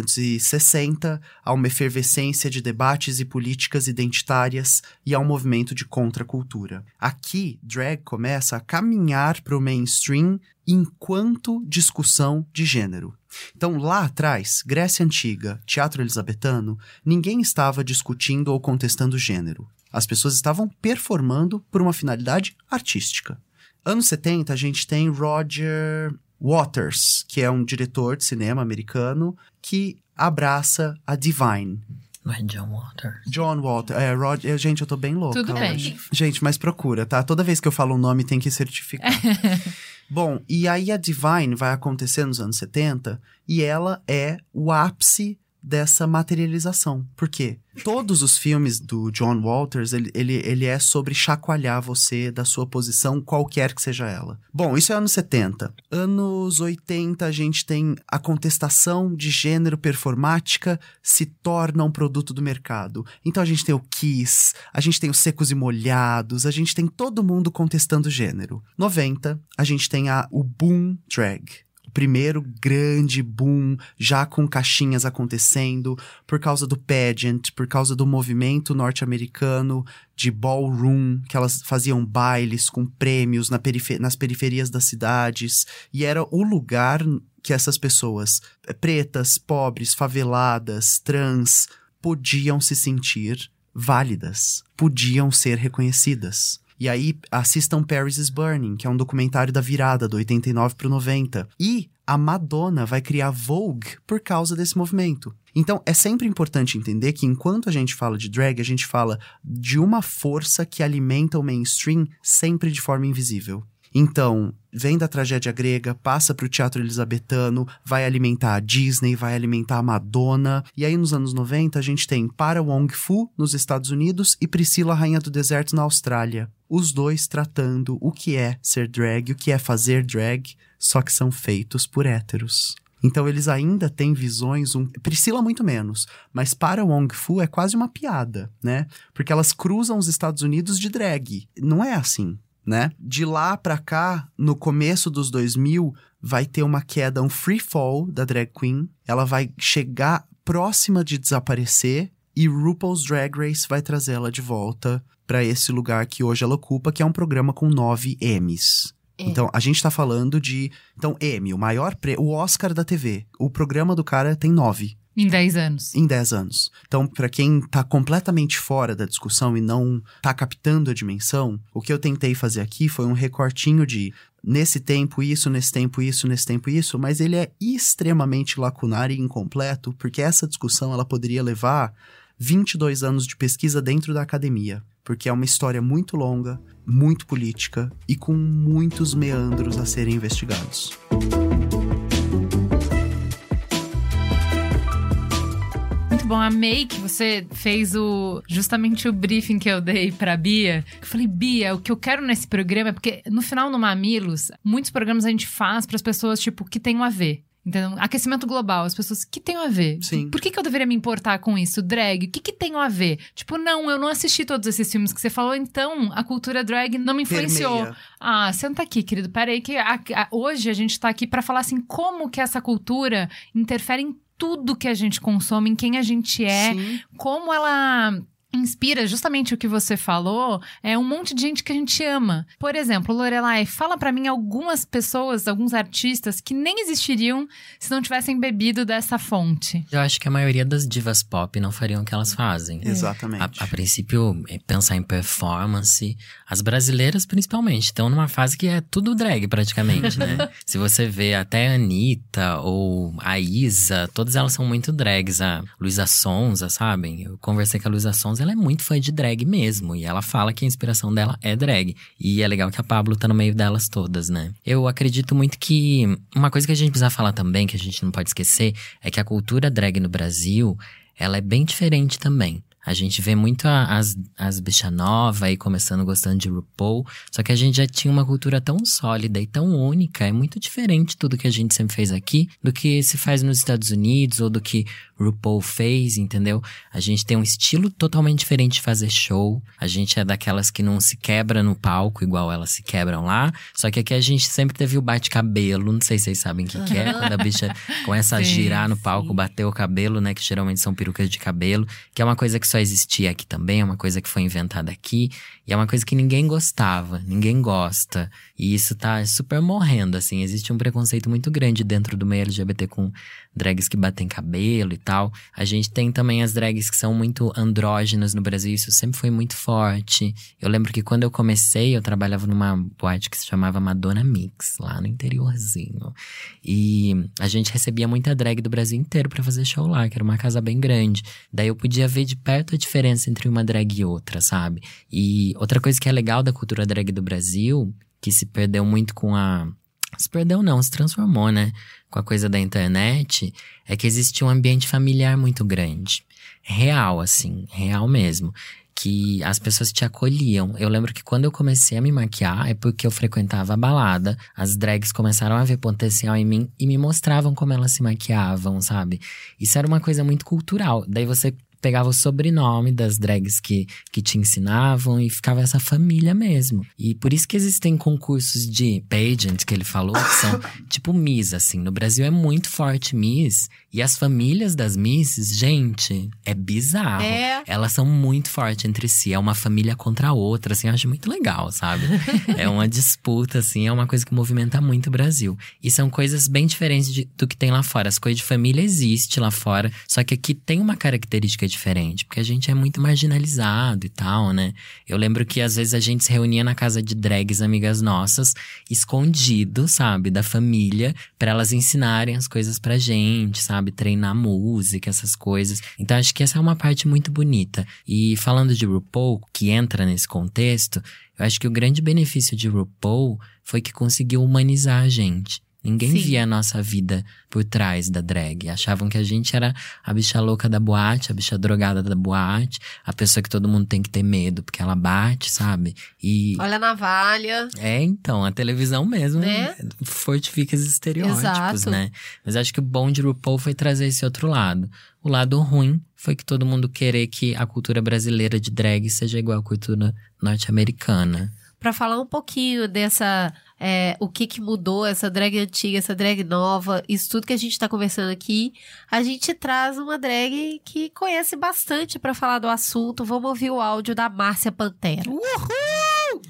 1960, a uma efervescência de debates e políticas identitárias e a um movimento de contracultura. Aqui, drag começa a caminhar para o mainstream enquanto discussão de gênero. Então, lá atrás, Grécia Antiga, teatro elisabetano, ninguém estava discutindo ou contestando gênero. As pessoas estavam performando por uma finalidade artística. Anos 70, a gente tem Roger Waters, que é um diretor de cinema americano que abraça a Divine. Não é John Waters? John Waters. Gente, eu tô bem louca. Tudo bem. Gente, mas procura, tá? Toda vez que eu falo um nome, tem que certificar. Bom, e aí a Divine vai acontecer nos anos 70 e ela é o ápice dessa materialização. Por quê? Todos os filmes do John Waters, ele é sobre chacoalhar você da sua posição, qualquer que seja ela. Bom, isso é anos 70. Anos 80, a gente tem a contestação de gênero performática se torna um produto do mercado. Então a gente tem o Kiss, a gente tem os Secos e Molhados, a gente tem todo mundo contestando gênero. 90, a gente tem o boom drag. O primeiro grande boom, já com caixinhas acontecendo, por causa do pageant, por causa do movimento norte-americano de ballroom, que elas faziam bailes com prêmios nas periferias das cidades. E era o lugar que essas pessoas, pretas, pobres, faveladas, trans, podiam se sentir válidas, podiam ser reconhecidas. E aí, assistam Paris is Burning, que é um documentário da virada, do 89 pro 90. E a Madonna vai criar Vogue por causa desse movimento. Então, é sempre importante entender que enquanto a gente fala de drag, a gente fala de uma força que alimenta o mainstream sempre de forma invisível. Então, vem da tragédia grega, passa para o teatro elisabetano, vai alimentar a Disney, vai alimentar a Madonna. E aí, nos anos 90, a gente tem Para Wong Fu, nos Estados Unidos, e Priscila, Rainha do Deserto, na Austrália. Os dois tratando o que é ser drag, o que é fazer drag, só que são feitos por héteros. Então, eles ainda têm visões... Priscila, muito menos. Mas Para Wong Fu é quase uma piada, né? Porque elas cruzam os Estados Unidos de drag. Não é assim, né? De lá pra cá, no começo dos 2000, vai ter uma queda, um free fall da drag queen. Ela vai chegar próxima de desaparecer e RuPaul's Drag Race vai trazê-la de volta para esse lugar que hoje ela ocupa, que é um programa com 9 Emmys. Então, a gente tá falando de... Então, Emmy, o maior o Oscar da TV. O programa do cara tem 9. Em 10 anos. Em 10 anos. Então, pra quem tá completamente fora da discussão e não tá captando a dimensão, o que eu tentei fazer aqui foi um recortinho de nesse tempo isso, nesse tempo isso, nesse tempo isso, mas ele é extremamente lacunar e incompleto, porque essa discussão ela poderia levar 22 anos de pesquisa dentro da academia, porque é uma história muito longa, muito política e com muitos meandros a serem investigados. Bom, amei que você fez justamente o briefing que eu dei pra Bia. Eu falei, Bia, o que eu quero nesse programa é porque no final, no Mamilos, muitos programas a gente faz pras pessoas, tipo, que tem a ver. Entendeu? Aquecimento global, as pessoas, que tem a ver? Sim. Por que eu deveria me importar com isso? Drag, o que tem a ver? Tipo, não, eu não assisti todos esses filmes que você falou, então a cultura drag não me influenciou. Permeia. Ah, senta aqui, querido, peraí, que hoje a gente tá aqui pra falar assim, como que essa cultura interfere em tudo que a gente consome, em quem a gente é, Sim. como ela inspira justamente o que você falou, é um monte de gente que a gente ama. Por exemplo, Lorelai, fala pra mim algumas pessoas, alguns artistas que nem existiriam se não tivessem bebido dessa fonte. Eu acho que a maioria das divas pop não fariam o que elas fazem. Exatamente. A princípio, pensar em performance, as brasileiras principalmente, estão numa fase que é tudo drag praticamente, né? Se você vê até a Anitta ou a Isa, todas elas são muito drags. A Luísa Sonza, sabem? Eu conversei com a Luísa Sonza, ela é muito fã de drag mesmo. E ela fala que a inspiração dela é drag. E é legal que a Pablo tá no meio delas todas, né? Eu acredito muito que uma coisa que a gente precisa falar também, que a gente não pode esquecer, é que a cultura drag no Brasil, ela é bem diferente também. A gente vê muito as bichas novas aí começando gostando de RuPaul. Só que a gente já tinha uma cultura tão sólida e tão única. É muito diferente tudo que a gente sempre fez aqui do que se faz nos Estados Unidos ou do que RuPaul fez, entendeu? A gente tem um estilo totalmente diferente de fazer show. A gente é daquelas que não se quebra no palco igual elas se quebram lá. Só que aqui a gente sempre teve o bate-cabelo. Não sei se vocês sabem o que é. Quando a bicha começa a girar no palco, bater o cabelo, né? Que geralmente são perucas de cabelo. Que é uma coisa que só existia aqui também. É uma coisa que foi inventada aqui. E é uma coisa que ninguém gostava. Ninguém gosta. E isso tá super morrendo, assim. Existe um preconceito muito grande dentro do meio LGBT com drags que batem cabelo e tal. A gente tem também as drags que são muito andrógenas no Brasil. Isso sempre foi muito forte. Eu lembro que quando eu comecei, eu trabalhava numa boate que se chamava Madonna Mix, lá no interiorzinho. E a gente recebia muita drag do Brasil inteiro pra fazer show lá, que era uma casa bem grande. Daí eu podia ver de perto a diferença entre uma drag e outra, sabe? E outra coisa que é legal da cultura drag do Brasil, que se perdeu muito com a... Se perdeu não, se transformou, né? Com a coisa da internet, é que existia um ambiente familiar muito grande. Real, assim, real mesmo. Que as pessoas te acolhiam. Eu lembro que quando eu comecei a me maquiar, é porque eu frequentava a balada. As drags começaram a ver potencial em mim e me mostravam como elas se maquiavam, sabe? Isso era uma coisa muito cultural. Daí você pegava o sobrenome das drags que te ensinavam e ficava essa família mesmo. E por isso que existem concursos de pageant, que ele falou, que são tipo Miss, assim. No Brasil é muito forte Miss. E as famílias das Misses, gente, é bizarro. Elas são muito fortes entre si. É uma família contra a outra, assim. Eu acho muito legal, sabe? É uma disputa, assim. É uma coisa que movimenta muito o Brasil. E são coisas bem diferentes do que tem lá fora. As coisas de família existem lá fora. Só que aqui tem uma característica diferente. Porque a gente é muito marginalizado e tal, né? Eu lembro que às vezes a gente se reunia na casa de drags amigas nossas, escondido, sabe? Da família, pra elas ensinarem as coisas pra gente, sabe? Treinar música, essas coisas. Então acho que essa é uma parte muito bonita. E falando de RuPaul, que entra nesse contexto, eu acho que o grande benefício de RuPaul foi que conseguiu humanizar a gente. Ninguém via a nossa vida por trás da drag. Achavam que a gente era a bicha louca da boate, a bicha drogada da boate, a pessoa que todo mundo tem que ter medo, porque ela bate, sabe? E olha a navalha. Então, a televisão mesmo, né? Fortifica esses estereótipos, Exato. né? Mas acho que o bom de RuPaul foi trazer esse outro lado. O lado ruim foi que todo mundo querer que a cultura brasileira de drag seja igual à cultura norte-americana. Pra falar um pouquinho dessa... o que mudou, essa drag antiga, essa drag nova, isso tudo que a gente tá conversando aqui, a gente traz uma drag que conhece bastante pra falar do assunto. Vamos ouvir o áudio da Márcia Pantera. Uhul!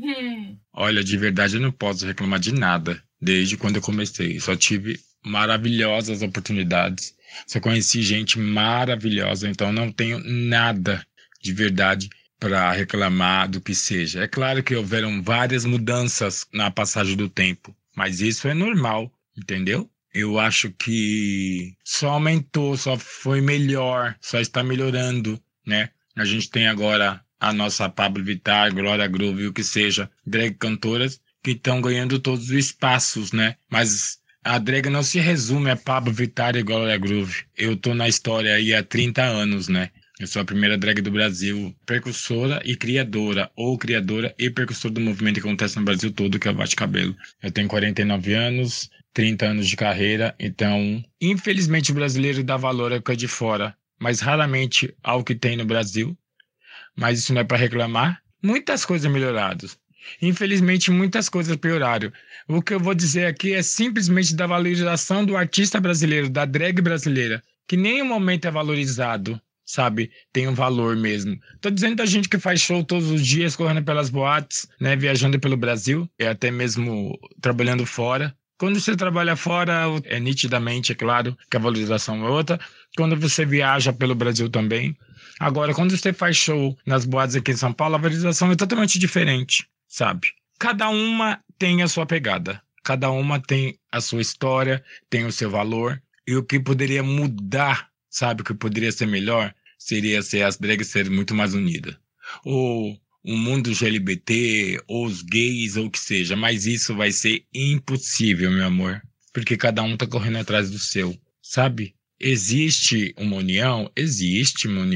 Olha, de verdade eu não posso reclamar de nada desde quando eu comecei. Só tive maravilhosas oportunidades, só conheci gente maravilhosa, então não tenho nada de verdade para reclamar do que seja. É claro que houveram várias mudanças na passagem do tempo, mas isso é normal, entendeu? Eu acho que só aumentou, só foi melhor, só está melhorando, né? A gente tem agora a nossa Pablo Vittar, Glória Groove, o que seja, drag cantoras que estão ganhando todos os espaços, né? Mas a drag não se resume a Pablo Vittar e Glória Groove. Eu tô na história aí há 30 anos, né? Eu sou a primeira drag do Brasil, precursora e criadora, ou criadora e precursora do movimento que acontece no Brasil todo, que é o bate-cabelo. Eu tenho 49 anos, 30 anos de carreira, então, infelizmente o brasileiro dá valor ao que é de fora, mas raramente ao que tem no Brasil. Mas isso não é para reclamar. Muitas coisas melhoradas. Infelizmente, muitas coisas pioraram. O que eu vou dizer aqui é simplesmente da valorização do artista brasileiro, da drag brasileira, que em nenhum momento é valorizado. Sabe, tem um valor mesmo. Tô dizendo da gente que faz show todos os dias, correndo pelas boates, né, viajando pelo Brasil, e até mesmo trabalhando fora. Quando você trabalha fora, é nitidamente, é claro, que a valorização é outra. Quando você viaja pelo Brasil também. Agora, quando você faz show nas boates aqui em São Paulo, a valorização é totalmente diferente, sabe? Cada uma tem a sua pegada. Cada uma tem a sua história, tem o seu valor. E o que poderia mudar, sabe, o que poderia ser melhor, seria ser as drags serem muito mais unidas. Ou o mundo LGBT, ou os gays, ou o que seja. Mas isso vai ser impossível, meu amor. Porque cada um tá correndo atrás do seu, sabe? Existe uma união? Existe uma união.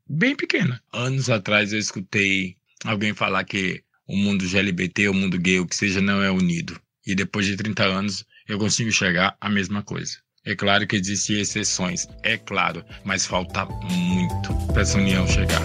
bem pequena. Anos atrás eu escutei alguém falar que o mundo LGBT, o mundo gay, o que seja, não é unido. E depois de 30 anos eu consigo chegar à mesma coisa. É claro que existem exceções, é claro, mas falta muito para essa união chegar.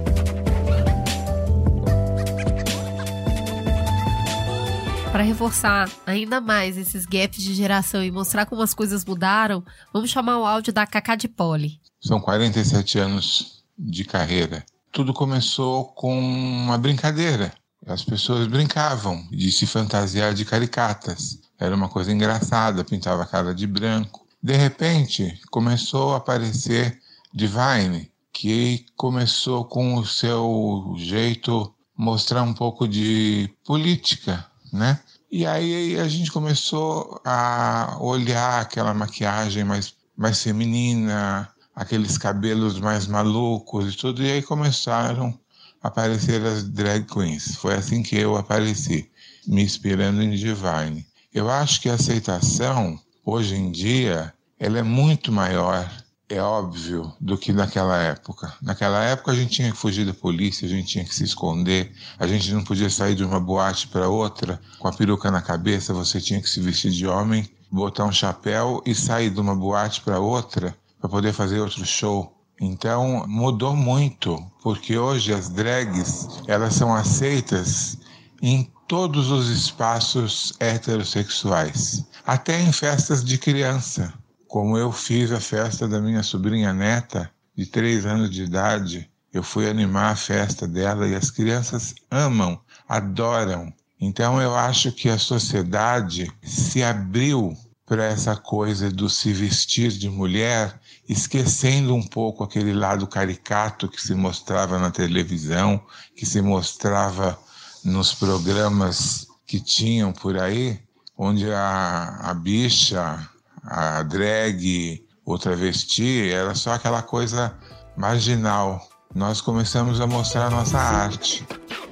Para reforçar ainda mais esses gaps de geração e mostrar como as coisas mudaram, vamos chamar o áudio da Cacá de Poli. São 47 anos de carreira. Tudo começou com uma brincadeira. As pessoas brincavam de se fantasiar de caricatas. Era uma coisa engraçada, pintava a cara de branco. De repente, começou a aparecer Divine, que começou com o seu jeito mostrar um pouco de política, né? E aí a gente começou a olhar aquela maquiagem mais feminina, aqueles cabelos mais malucos e tudo, e aí começaram a aparecer as drag queens. Foi assim que eu apareci, me inspirando em Divine. Eu acho que a aceitação, hoje em dia, ela é muito maior, é óbvio, do que naquela época. Naquela época a gente tinha que fugir da polícia, a gente tinha que se esconder, a gente não podia sair de uma boate para outra com a peruca na cabeça, você tinha que se vestir de homem, botar um chapéu e sair de uma boate para outra para poder fazer outro show. Então mudou muito, porque hoje as drags, elas são aceitas em todos os espaços heterossexuais, até em festas de criança. Como eu fiz a festa da minha sobrinha neta, de 3 anos de idade, eu fui animar a festa dela e as crianças amam, adoram. Então eu acho que a sociedade se abriu para essa coisa do se vestir de mulher, esquecendo um pouco aquele lado caricato que se mostrava na televisão, que se mostrava nos programas que tinham por aí, onde a bicha, a drag, o travesti, era só aquela coisa marginal. Nós começamos a mostrar a nossa arte.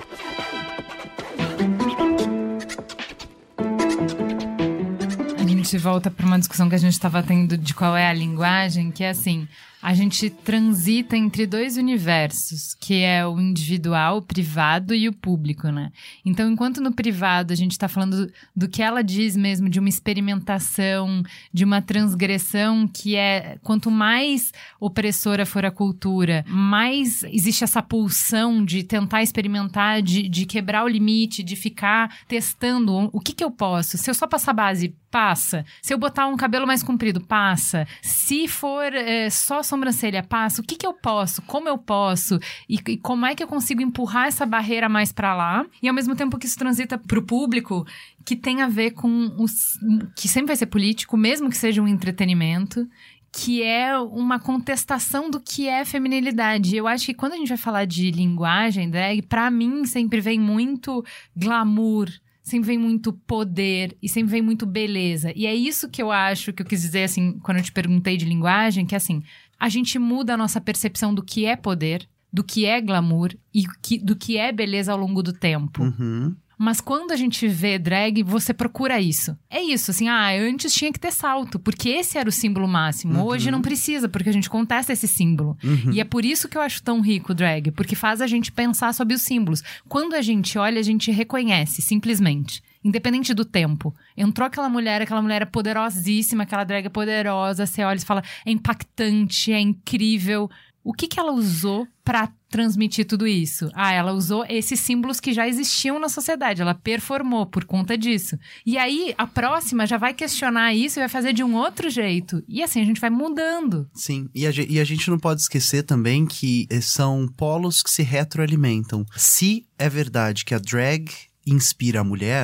A gente volta para uma discussão que a gente estava tendo de qual é a linguagem, que é assim, a gente transita entre 2 universos, que é o individual, o privado e o público, né? Então, enquanto no privado a gente está falando do que ela diz mesmo, de uma experimentação, de uma transgressão, que é, quanto mais opressora for a cultura, mais existe essa pulsão de tentar experimentar, de quebrar o limite, de ficar testando o que eu posso. Se eu só passar base, passa. Se eu botar um cabelo mais comprido, passa. Se for só sobrancelha, passa. O que eu posso? Como eu posso? E como é que eu consigo empurrar essa barreira mais pra lá? E ao mesmo tempo que isso transita pro público, que tem a ver com que sempre vai ser político, mesmo que seja um entretenimento, que é uma contestação do que é feminilidade. Eu acho que quando a gente vai falar de linguagem drag, pra mim sempre vem muito glamour, sempre vem muito poder e sempre vem muito beleza. E é isso que eu acho que eu quis dizer, assim, quando eu te perguntei de linguagem, que assim, a gente muda a nossa percepção do que é poder, do que é glamour e do que é beleza ao longo do tempo. Uhum. Mas quando a gente vê drag, você procura isso. É isso, assim, antes tinha que ter salto, porque esse era o símbolo máximo. Uhum. Hoje não precisa, porque a gente contesta esse símbolo. Uhum. E é por isso que eu acho tão rico o drag, porque faz a gente pensar sobre os símbolos. Quando a gente olha, a gente reconhece, simplesmente. Independente do tempo. Entrou aquela mulher é poderosíssima, aquela drag é poderosa, você olha e fala, é impactante, é incrível. O que ela usou pra transmitir tudo isso? Ela usou esses símbolos que já existiam na sociedade. Ela performou por conta disso. E aí, a próxima já vai questionar isso e vai fazer de um outro jeito. E assim, a gente vai mudando. Sim, e a gente não pode esquecer também que são polos que se retroalimentam. Se é verdade que a drag inspira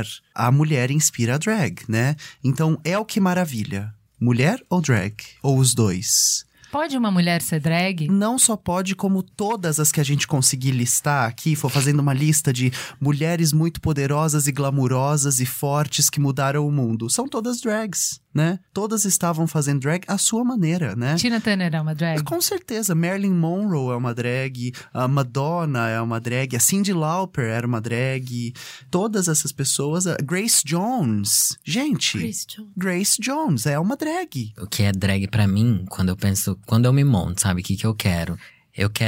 a mulher inspira a drag, né? Então, é o que maravilha. Mulher ou drag? Ou os dois? Pode uma mulher ser drag? Não só pode, como todas as que a gente conseguir listar aqui, for fazendo uma lista de mulheres muito poderosas e glamurosas e fortes que mudaram o mundo. São todas drags, né? Todas estavam fazendo drag à sua maneira, né? Tina Turner é uma drag? Com certeza. Marilyn Monroe é uma drag, a Madonna é uma drag, a Cyndi Lauper era uma drag. Todas essas pessoas... Grace Jones. Gente, Grace Jones é uma drag. O que é drag pra mim, quando eu me monto, sabe? O que eu quero? Eu quero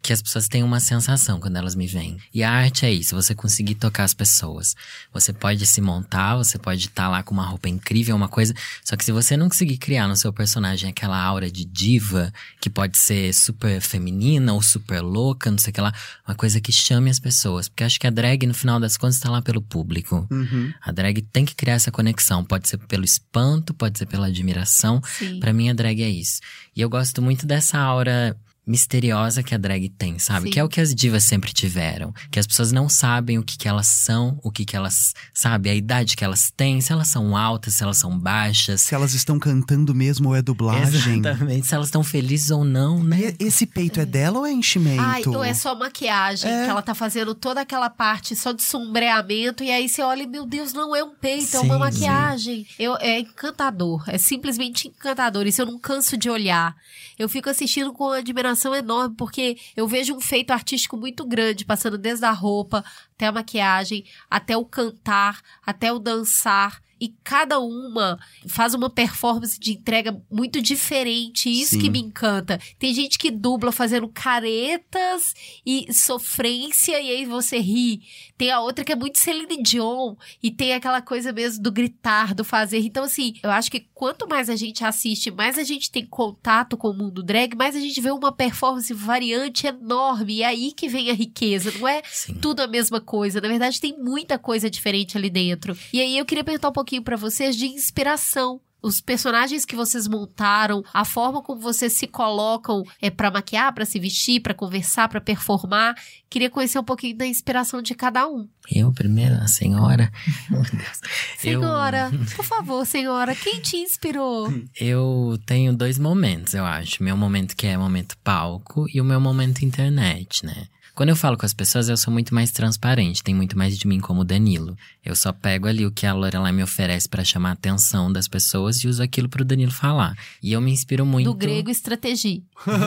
que as pessoas têm uma sensação quando elas me veem. E a arte é isso, você conseguir tocar as pessoas. Você pode se montar, você pode estar lá com uma roupa incrível, uma coisa. Só que se você não conseguir criar no seu personagem aquela aura de diva, que pode ser super feminina ou super louca, não sei o que lá. Uma coisa que chame as pessoas. Porque acho que a drag, no final das contas, tá lá pelo público. A drag tem que criar essa conexão. Pode ser pelo espanto, pode ser pela admiração. Sim. Pra mim, a drag é isso. E eu gosto muito dessa aura misteriosa que a drag tem, sabe? Sim. Que é o que as divas sempre tiveram. Que as pessoas não sabem o que elas são, o que elas, sabe? A idade que elas têm, se elas são altas, se elas são baixas. Se elas estão cantando mesmo ou é dublagem. Exatamente, se elas estão felizes ou não, né? Esse peito é dela ou é enchimento? Ai, ou é só maquiagem, que ela tá fazendo toda aquela parte só de sombreamento, e aí você olha e, meu Deus, não é um peito, é uma maquiagem. É encantador, é simplesmente encantador, isso eu não canso de olhar. Eu fico assistindo com admiração enorme, porque eu vejo um feito artístico muito grande, passando desde a roupa, até a maquiagem, até o cantar, até o dançar. E cada uma faz uma performance de entrega muito diferente. Isso que me encanta. Tem gente que dubla fazendo caretas e sofrência, e aí você ri. Tem a outra que é muito Celine Dion, e tem aquela coisa mesmo do gritar, do fazer. Então, assim, eu acho que quanto mais a gente assiste, mais a gente tem contato com o mundo drag, mais a gente vê uma performance variante enorme. E é aí que vem a riqueza. Não é tudo a mesma coisa. Na verdade, tem muita coisa diferente ali dentro. E aí eu queria perguntar um pouquinho pra vocês de inspiração. Os personagens que vocês montaram, a forma como vocês se colocam pra maquiar, pra se vestir, pra conversar, pra performar. Queria conhecer um pouquinho da inspiração de cada um. Eu primeiro, a senhora. Meu Deus. Senhora, por favor, senhora, quem te inspirou? Eu tenho 2 momentos, eu acho. Meu momento que é momento palco e o meu momento internet, né? Quando eu falo com as pessoas, eu sou muito mais transparente. Tem muito mais de mim como Danilo. Eu só pego ali o que a Lorelai me oferece pra chamar a atenção das pessoas e uso aquilo pro Danilo falar. E eu me inspiro muito... Do grego, estratégia.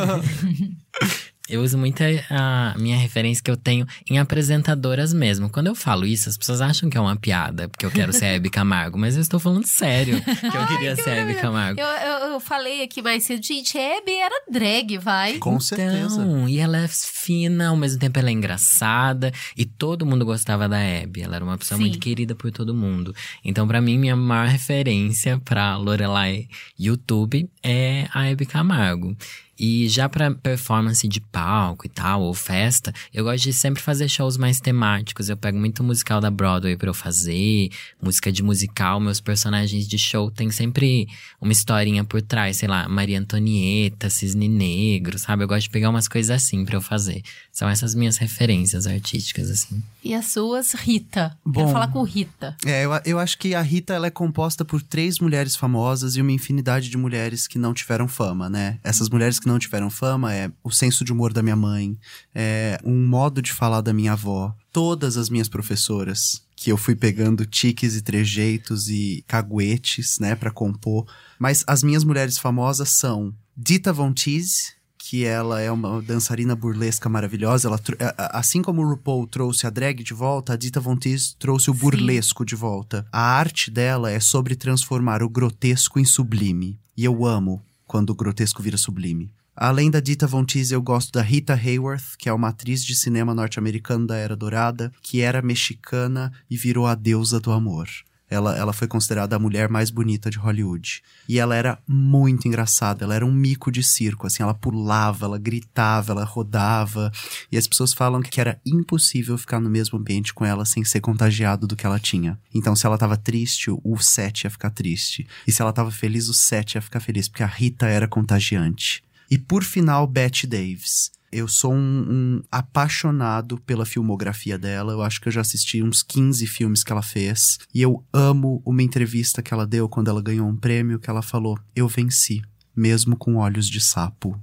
Eu uso muito a minha referência que eu tenho em apresentadoras mesmo. Quando eu falo isso, as pessoas acham que é uma piada, porque eu quero ser a Hebe Camargo. Mas eu estou falando sério que eu queria ser a Hebe Camargo. Eu falei aqui mais cedo, gente, a Hebe era drag, vai. Com certeza. E ela é fina, ao mesmo tempo ela é engraçada. E todo mundo gostava da Hebe. Ela era uma pessoa muito querida por todo mundo. Então, pra mim, minha maior referência pra Lorelai YouTube é a Hebe Camargo. E já pra performance de palco e tal, ou festa, eu gosto de sempre fazer shows mais temáticos. Eu pego muito musical da Broadway pra eu fazer, música de musical. Meus personagens de show tem sempre uma historinha por trás, sei lá, Maria Antonieta, Cisne Negro, sabe? Eu gosto de pegar umas coisas assim pra eu fazer. São essas minhas referências artísticas, assim. E as suas, Rita? Bom, quero falar com Rita. Eu acho que a Rita, ela é composta por 3 mulheres famosas e uma infinidade de mulheres que não tiveram fama, né? Essas mulheres que não tiveram fama é o senso de humor da minha mãe, é um modo de falar da minha avó. Todas as minhas professoras, que eu fui pegando tiques e trejeitos e caguetes, né, pra compor. Mas as minhas mulheres famosas são Dita Von Teese, que ela é uma dançarina burlesca maravilhosa. Ela, assim como o RuPaul trouxe a drag de volta, a Dita Von Teese trouxe o burlesco de volta. A arte dela é sobre transformar o grotesco em sublime. E eu amo quando o grotesco vira sublime. Além da Dita Von Teese, eu gosto da Rita Hayworth, que é uma atriz de cinema norte-americana da Era Dourada, que era mexicana e virou a deusa do amor. Ela foi considerada a mulher mais bonita de Hollywood. E ela era muito engraçada, ela era um mico de circo, assim, ela pulava, ela gritava, ela rodava. E as pessoas falam que era impossível ficar no mesmo ambiente com ela sem ser contagiado do que ela tinha. Então, se ela tava triste, o set ia ficar triste. E se ela tava feliz, o set ia ficar feliz, porque a Rita era contagiante. E por final, Bette Davis. Eu sou um apaixonado pela filmografia dela. Eu acho que eu já assisti uns 15 filmes que ela fez. E eu amo uma entrevista que ela deu quando ela ganhou um prêmio, que ela falou: eu venci, mesmo com olhos de sapo.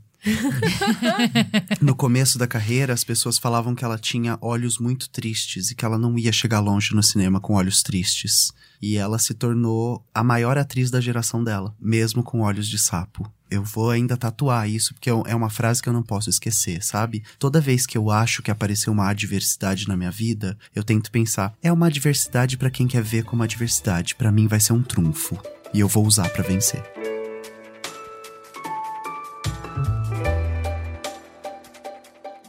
No começo da carreira, as pessoas falavam que ela tinha olhos muito tristes e que ela não ia chegar longe no cinema com olhos tristes. E ela se tornou a maior atriz da geração dela, mesmo com olhos de sapo. Eu vou ainda tatuar isso, porque é uma frase que eu não posso esquecer, sabe? Toda vez que eu acho que apareceu uma adversidade na minha vida, eu tento pensar, é uma adversidade pra quem quer ver como adversidade. Pra mim vai ser um trunfo. E eu vou usar pra vencer.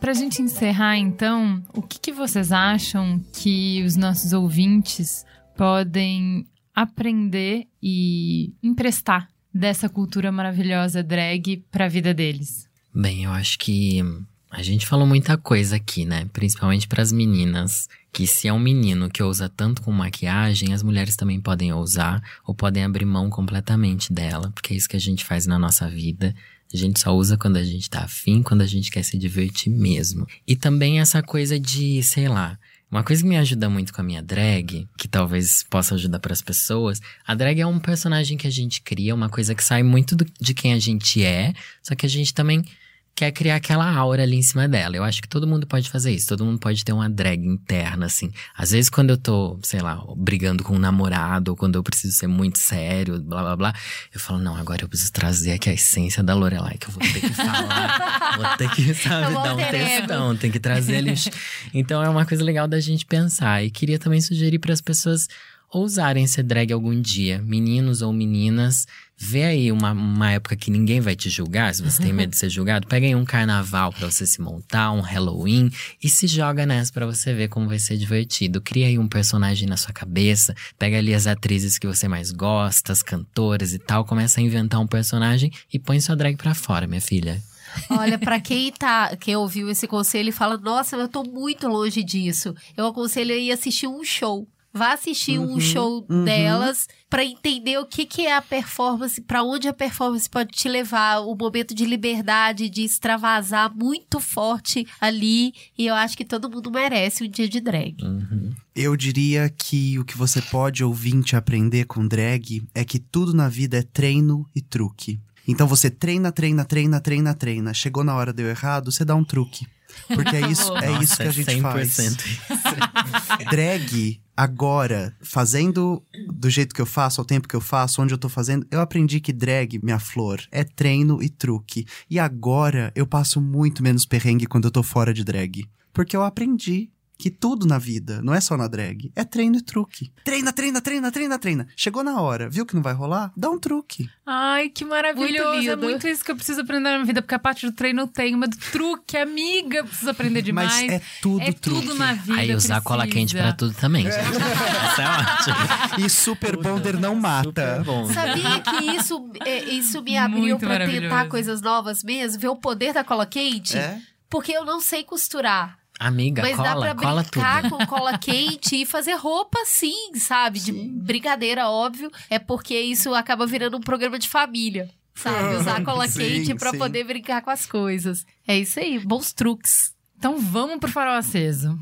Pra gente encerrar, então, o que vocês acham que os nossos ouvintes podem aprender e emprestar dessa cultura maravilhosa drag pra vida deles? Bem, eu acho que a gente falou muita coisa aqui, né? Principalmente pras meninas. Que se é um menino que ousa tanto com maquiagem, as mulheres também podem ousar ou podem abrir mão completamente dela. Porque é isso que a gente faz na nossa vida. A gente só usa quando a gente tá afim, quando a gente quer se divertir mesmo. E também essa coisa de, sei lá, uma coisa que me ajuda muito com a minha drag, que talvez possa ajudar pras pessoas, a drag é um personagem que a gente cria, uma coisa que sai muito de quem a gente é, só que a gente também quer criar aquela aura ali em cima dela. Eu acho que todo mundo pode fazer isso. Todo mundo pode ter uma drag interna, assim. Às vezes, quando eu tô, sei lá, brigando com um namorado, ou quando eu preciso ser muito sério, blá, blá, blá, eu falo, não, agora eu preciso trazer aqui a essência da Lorelai, que eu vou ter que falar, vou ter que, sabe, dar um textão, tem que trazer ali. Então, é uma coisa legal da gente pensar. E queria também sugerir para as pessoas ousarem ser drag algum dia. Meninos ou meninas, vê aí uma época que ninguém vai te julgar, se você tem medo de ser julgado, pega aí um carnaval pra você se montar, um Halloween, e se joga nessa pra você ver como vai ser divertido. Cria aí um personagem na sua cabeça, pega ali as atrizes que você mais gosta, as cantoras e tal, começa a inventar um personagem e põe sua drag pra fora, minha filha. Olha, pra quem ouviu esse conselho e fala, nossa, eu tô muito longe disso, eu aconselho a ir assistir um show. Vá assistir um show delas pra entender o que é a performance, pra onde a performance pode te levar, o momento de liberdade, de extravasar muito forte ali. E eu acho que todo mundo merece um dia de drag. Eu diria que o que você pode ouvinte aprender com drag é que tudo na vida é treino e truque. Então você treina. Chegou na hora, deu errado, você dá um truque. Porque é isso que a gente faz. Drag, agora, fazendo do jeito que eu faço, ao tempo que eu faço, onde eu tô fazendo, eu aprendi que drag, minha flor, é treino e truque. E agora eu passo muito menos perrengue quando eu tô fora de drag. Porque eu aprendi que tudo na vida, não é só na drag, é treino e truque. Treina. Chegou na hora, viu que não vai rolar? Dá um truque. Ai, que maravilhoso. É muito isso que eu preciso aprender na minha vida, porque a parte do treino eu tenho, mas do truque, amiga, eu preciso aprender demais. Mas é tudo truque. Tudo na vida. Aí usar cola quente pra tudo também, gente. Essa é ótima. E Super Bonder não mata. Sabia que isso me abriu pra tentar coisas novas mesmo? Ver o poder da cola quente? Porque eu não sei costurar. Amiga, mas cola, dá pra cola brincar tudo. com cola quente e fazer roupa sim, sabe? De brincadeira, óbvio. É porque isso acaba virando um programa de família, sabe? Usar cola quente pra poder brincar com as coisas. É isso aí, bons truques. Então vamos pro farol aceso.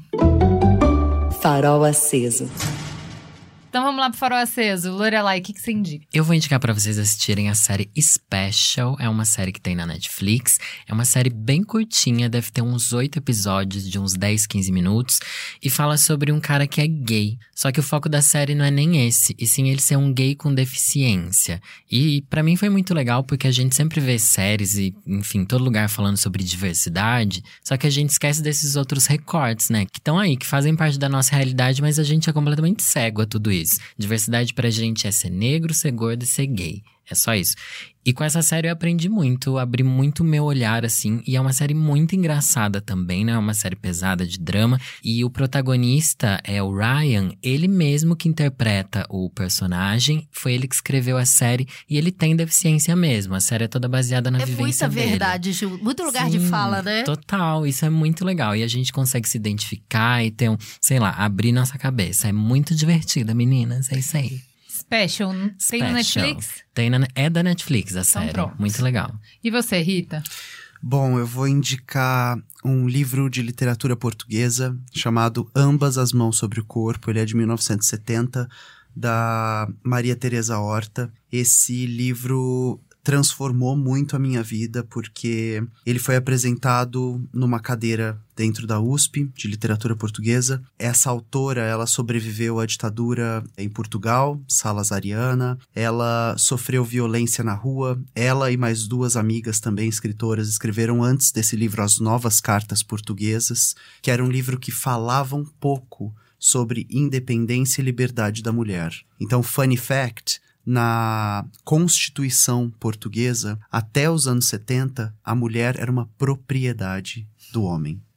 Farol aceso. Então vamos lá pro farol aceso. Lorelai, o que você indica? Eu vou indicar pra vocês assistirem a série Special. É uma série que tem na Netflix. É uma série bem curtinha, deve ter uns 8 episódios de uns 10, 15 minutos. E fala sobre um cara que é gay. Só que o foco da série não é nem esse, e sim ele ser um gay com deficiência. E pra mim foi muito legal, porque a gente sempre vê séries e, enfim, todo lugar falando sobre diversidade. Só que a gente esquece desses outros recortes, né? Que estão aí, que fazem parte da nossa realidade, mas a gente é completamente cego a tudo isso. Diversidade pra gente é ser negro, ser gordo e ser gay. É só isso. E com essa série eu aprendi muito, abri muito o meu olhar, assim. E é uma série muito engraçada também, né? É uma série pesada de drama. E o protagonista é o Ryan, ele mesmo que interpreta o personagem. Foi ele que escreveu a série e ele tem deficiência mesmo. A série é toda baseada na vivência dele. É muita verdade, Ju. Muito lugar de fala, né? Total, isso é muito legal. E a gente consegue se identificar e ter sei lá, abrir nossa cabeça. É muito divertida, meninas. É isso aí. Special. Tem na Netflix? É da Netflix a série. Pronto. Muito legal. E você, Rita? Bom, eu vou indicar um livro de literatura portuguesa chamado Ambas as Mãos sobre o Corpo. Ele é de 1970, da Maria Teresa Horta. Esse livro transformou muito a minha vida, porque ele foi apresentado numa cadeira dentro da USP, de literatura portuguesa. Essa autora, ela sobreviveu à ditadura em Portugal, salazariana. Ela sofreu violência na rua. Ela e mais 2 amigas também escritoras escreveram antes desse livro As Novas Cartas Portuguesas, que era um livro que falava um pouco sobre independência e liberdade da mulher. Então, funny fact, na Constituição Portuguesa, até os anos 70, a mulher era uma propriedade do homem.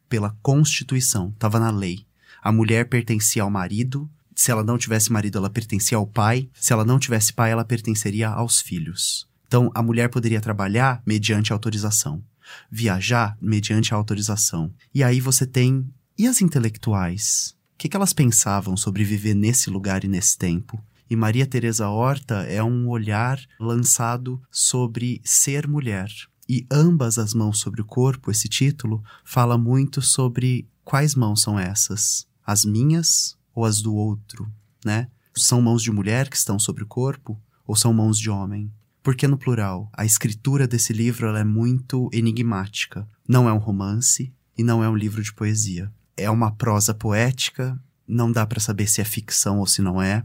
pela Constituição, estava na lei. A mulher pertencia ao marido, se ela não tivesse marido, ela pertencia ao pai, se ela não tivesse pai, ela pertenceria aos filhos. Então, a mulher poderia trabalhar mediante autorização, viajar mediante autorização. E aí você tem... E as intelectuais? O que elas pensavam sobre viver nesse lugar e nesse tempo? E Maria Teresa Horta é um olhar lançado sobre ser mulher. E ambas as mãos sobre o corpo, esse título, fala muito sobre quais mãos são essas. As minhas ou as do outro, né? São mãos de mulher que estão sobre o corpo ou são mãos de homem? Porque no plural, a escritura desse livro ela é muito enigmática. Não é um romance e não é um livro de poesia. É uma prosa poética, não dá para saber se é ficção ou se não é.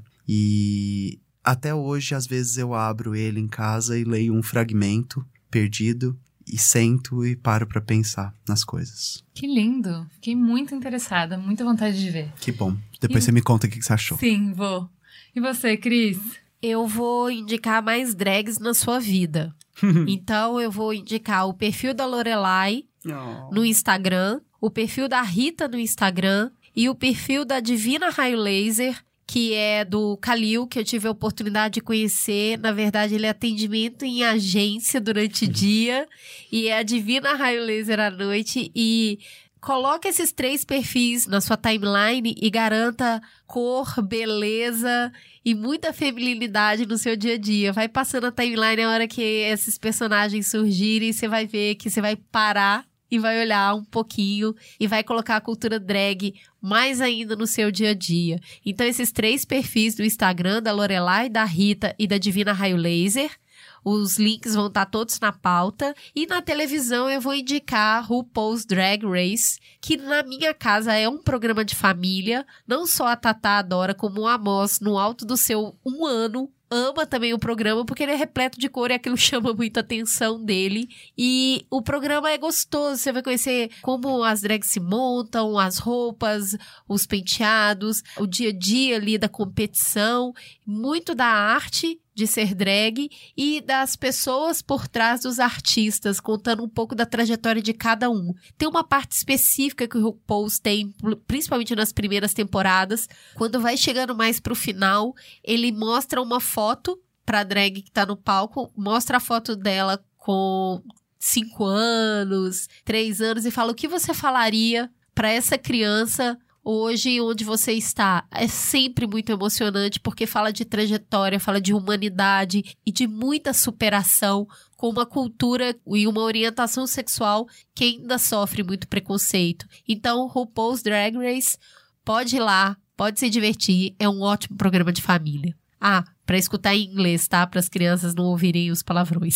E até hoje, às vezes, eu abro ele em casa e leio um fragmento perdido e sento e paro para pensar nas coisas. Que lindo! Fiquei muito interessada, muita vontade de ver. Que bom. Depois você me conta o que você achou. Sim, vou. E você, Cris? Eu vou indicar mais drags na sua vida. Então, eu vou indicar o perfil da Lorelai no Instagram, o perfil da Rita no Instagram e o perfil da Divina Raio Laser, que é do Calil, que eu tive a oportunidade de conhecer. Na verdade, ele é atendimento em agência durante o dia e é a Divina Raio Laser à noite. E coloque esses 3 perfis na sua timeline e garanta cor, beleza e muita feminilidade no seu dia a dia. Vai passando a timeline a hora que esses personagens surgirem, você vai ver que você vai parar e vai olhar um pouquinho e vai colocar a cultura drag mais ainda no seu dia a dia. Então, esses 3 perfis do Instagram, da Lorelai, da Rita e da Divina Raio Laser, os links vão estar todos na pauta. E na televisão eu vou indicar RuPaul's Drag Race, que na minha casa é um programa de família. Não só a Tatá adora, como o Amos, no alto do seu 1 ano, ama também o programa, porque ele é repleto de cor e aquilo chama muita atenção dele. E o programa é gostoso, você vai conhecer como as drags se montam, as roupas, os penteados, o dia a dia ali da competição, muito da arte de ser drag e das pessoas por trás dos artistas, contando um pouco da trajetória de cada um. Tem uma parte específica que o RuPaul's tem, principalmente nas primeiras temporadas. Quando vai chegando mais pro final, ele mostra uma foto pra drag que tá no palco, mostra a foto dela com 5 anos, 3 anos e fala o que você falaria pra essa criança hoje, onde você está. É sempre muito emocionante, porque fala de trajetória, fala de humanidade e de muita superação com uma cultura e uma orientação sexual que ainda sofre muito preconceito. Então, RuPaul's Drag Race, pode ir lá, pode se divertir, é um ótimo programa de família. Ah, pra escutar em inglês, tá? Para as crianças não ouvirem os palavrões.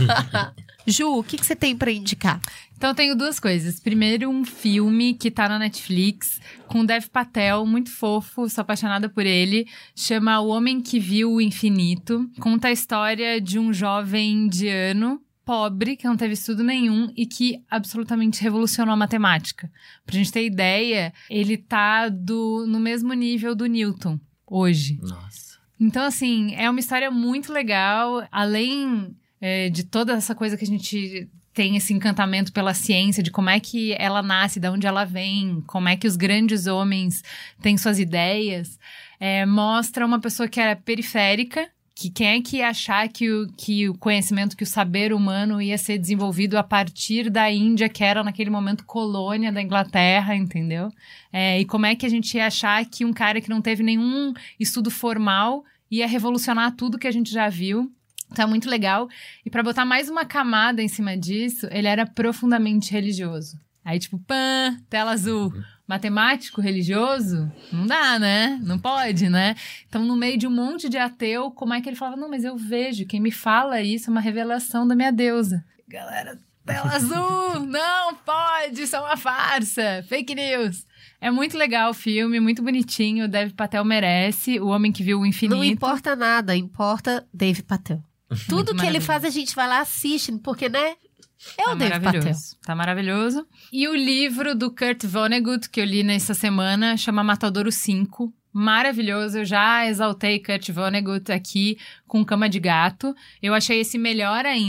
Ju, o que você tem pra indicar? Então, eu tenho 2 coisas. Primeiro, um filme que tá na Netflix, com o Dev Patel, muito fofo, sou apaixonada por ele. Chama O Homem que Viu o Infinito. Conta a história de um jovem indiano, pobre, que não teve estudo nenhum e que absolutamente revolucionou a matemática. Pra gente ter ideia, ele tá no mesmo nível do Newton, hoje. Nossa. Então, assim, é uma história muito legal, além de toda essa coisa que a gente tem esse encantamento pela ciência, de como é que ela nasce, de onde ela vem, como é que os grandes homens têm suas ideias, mostra uma pessoa que é periférica, que quem é que ia achar que o conhecimento, que o saber humano ia ser desenvolvido a partir da Índia, que era naquele momento colônia da Inglaterra, entendeu? E como é que a gente ia achar que um cara que não teve nenhum estudo formal ia revolucionar tudo que a gente já viu. Então é muito legal. E pra botar mais uma camada em cima disso, ele era profundamente religioso. Aí tipo, tela azul. Matemático, religioso? Não dá, né? Não pode, né? Então, no meio de um monte de ateu, como é que ele falava? Não, mas eu vejo, quem me fala isso é uma revelação da minha deusa. Galera, tela azul! Não pode, isso é uma farsa! Fake news! É muito legal o filme, muito bonitinho, o Dev Patel merece, O Homem que Viu o Infinito. Não importa nada, importa Dev Patel. Tudo que ele faz, a gente vai lá, assiste, porque, né? É o Dev Patel. Tá maravilhoso. E o livro do Kurt Vonnegut, que eu li nessa semana, chama Matadouro 5. Maravilhoso. Eu já exaltei Kurt Vonnegut aqui com Cama de Gato. Eu achei esse melhor ainda.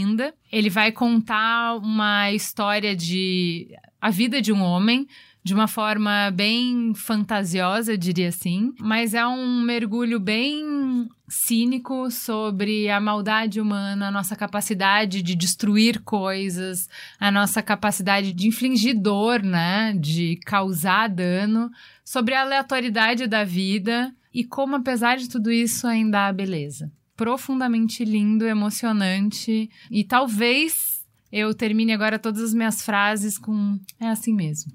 Ele vai contar uma história a vida de um homem, de uma forma bem fantasiosa, eu diria assim. Mas é um mergulho bem cínico sobre a maldade humana, a nossa capacidade de destruir coisas, a nossa capacidade de infligir dor, né? De causar dano, sobre a aleatoriedade da vida e como, apesar de tudo isso, ainda há beleza. Profundamente lindo, emocionante. E talvez eu termine agora todas as minhas frases com "é assim mesmo".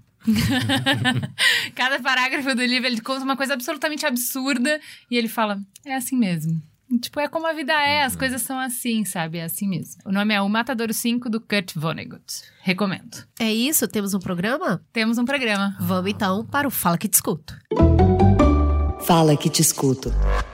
Cada parágrafo do livro ele conta uma coisa absolutamente absurda e ele fala, é assim mesmo. Tipo, é como a vida é, as coisas são assim, sabe? É assim mesmo. O nome é O Matadouro 5, do Kurt Vonnegut. Recomendo. É isso? Temos um programa? Temos um programa. Vamos então para o Fala Que Te Escuto. Fala Que Te Escuto.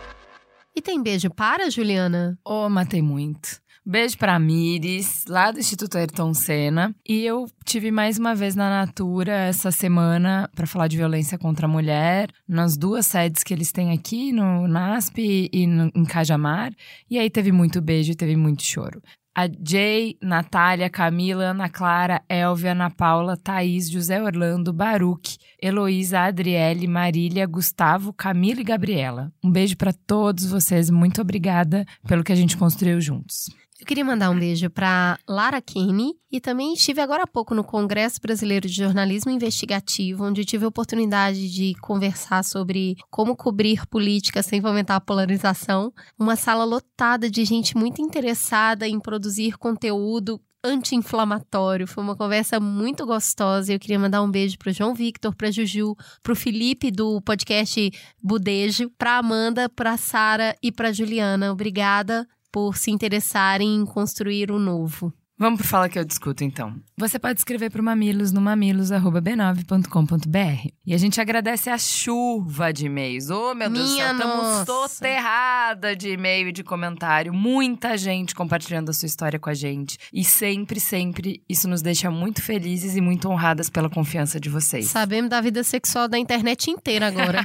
E tem beijo para, Juliana? Matei muito. Beijo pra Mires, lá do Instituto Ayrton Senna. E eu tive mais uma vez na Natura essa semana para falar de violência contra a mulher, nas 2 sedes que eles têm aqui, no NASP e em Cajamar. E aí teve muito beijo e teve muito choro. A Jay, Natália, Camila, Ana Clara, Elvia, Ana Paula, Thaís, José Orlando, Baruch, Heloísa, Adriele, Marília, Gustavo, Camila e Gabriela. Um beijo pra todos vocês. Muito obrigada pelo que a gente construiu juntos. Eu queria mandar um beijo para Lara Kenny e também estive agora há pouco no Congresso Brasileiro de Jornalismo Investigativo, onde tive a oportunidade de conversar sobre como cobrir política sem fomentar a polarização. Uma sala lotada de gente muito interessada em produzir conteúdo anti-inflamatório. Foi uma conversa muito gostosa e eu queria mandar um beijo pro João Victor, pra Juju, pro Felipe do podcast Budejo, pra Amanda, pra Sara e pra Juliana. Obrigada por se interessarem em construir o novo. Vamos pro Fala Que Eu Discuto, então. Você pode escrever pro Mamilos no mamilos@b9.com.br. E a gente agradece a chuva de e-mails. Meu Deus do céu, estamos soterrada de e-mail e de comentário. Muita gente compartilhando a sua história com a gente. E sempre, sempre, isso nos deixa muito felizes e muito honradas pela confiança de vocês. Sabemos da vida sexual da internet inteira agora.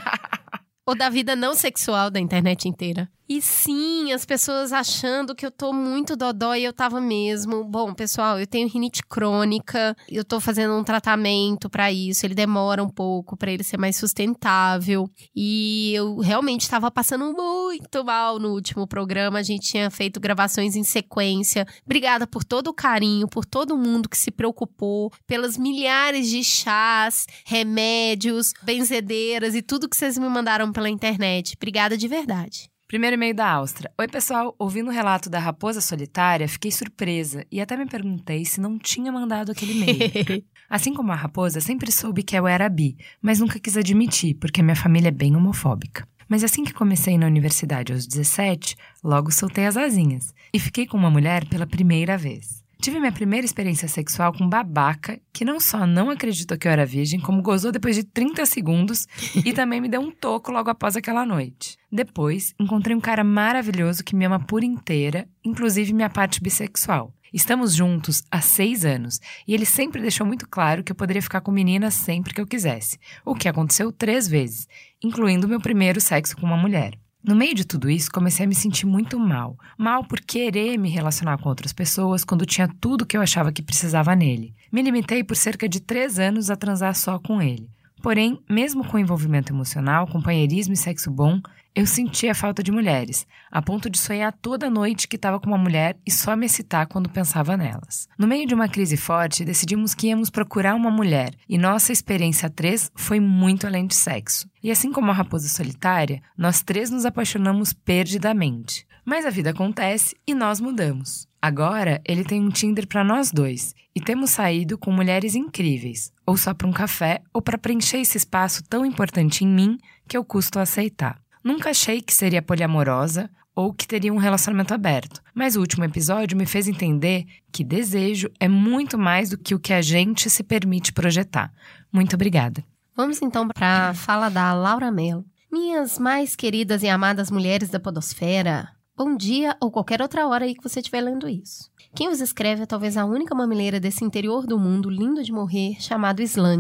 Ou da vida não sexual da internet inteira. E sim, as pessoas achando que eu tô muito dodó e eu tava mesmo. Bom, pessoal, eu tenho rinite crônica, eu tô fazendo um tratamento pra isso, ele demora um pouco pra ele ser mais sustentável. E eu realmente tava passando muito mal no último programa, a gente tinha feito gravações em sequência. Obrigada por todo o carinho, por todo mundo que se preocupou, pelas milhares de chás, remédios, benzedeiras e tudo que vocês me mandaram pela internet. Obrigada de verdade. Primeiro e-mail da Áustria. Oi, pessoal. Ouvindo o relato da raposa solitária, fiquei surpresa e até me perguntei se não tinha mandado aquele e-mail. Assim como a raposa, sempre soube que eu era bi, mas nunca quis admitir, porque a minha família é bem homofóbica. Mas assim que comecei na universidade aos 17, logo soltei as asinhas e fiquei com uma mulher pela primeira vez. Tive minha primeira experiência sexual com um babaca que não só não acreditou que eu era virgem, como gozou depois de 30 segundos e também me deu um toco logo após aquela noite. Depois, encontrei um cara maravilhoso que me ama por inteira, inclusive minha parte bissexual. Estamos juntos há 6 anos e ele sempre deixou muito claro que eu poderia ficar com meninas sempre que eu quisesse, o que aconteceu 3 vezes, incluindo meu primeiro sexo com uma mulher. No meio de tudo isso, comecei a me sentir muito mal. Mal por querer me relacionar com outras pessoas quando tinha tudo que eu achava que precisava nele. Me limitei por cerca de 3 anos a transar só com ele. Porém, mesmo com envolvimento emocional, companheirismo e sexo bom, eu sentia falta de mulheres, a ponto de sonhar toda noite que estava com uma mulher e só me excitar quando pensava nelas. No meio de uma crise forte, decidimos que íamos procurar uma mulher, e nossa experiência a 3 foi muito além de sexo. E assim como a raposa solitária, nós 3 nos apaixonamos perdidamente. Mas a vida acontece e nós mudamos. Agora, ele tem um Tinder para nós 2 e temos saído com mulheres incríveis, ou só para um café ou para preencher esse espaço tão importante em mim que eu custo aceitar. Nunca achei que seria poliamorosa ou que teria um relacionamento aberto, mas o último episódio me fez entender que desejo é muito mais do que o que a gente se permite projetar. Muito obrigada. Vamos então para a fala da Laura Mello. Minhas mais queridas e amadas mulheres da podosfera, bom dia ou qualquer outra hora aí que você estiver lendo isso. Quem os escreve é talvez a única mamileira desse interior do mundo lindo de morrer chamado Islândia.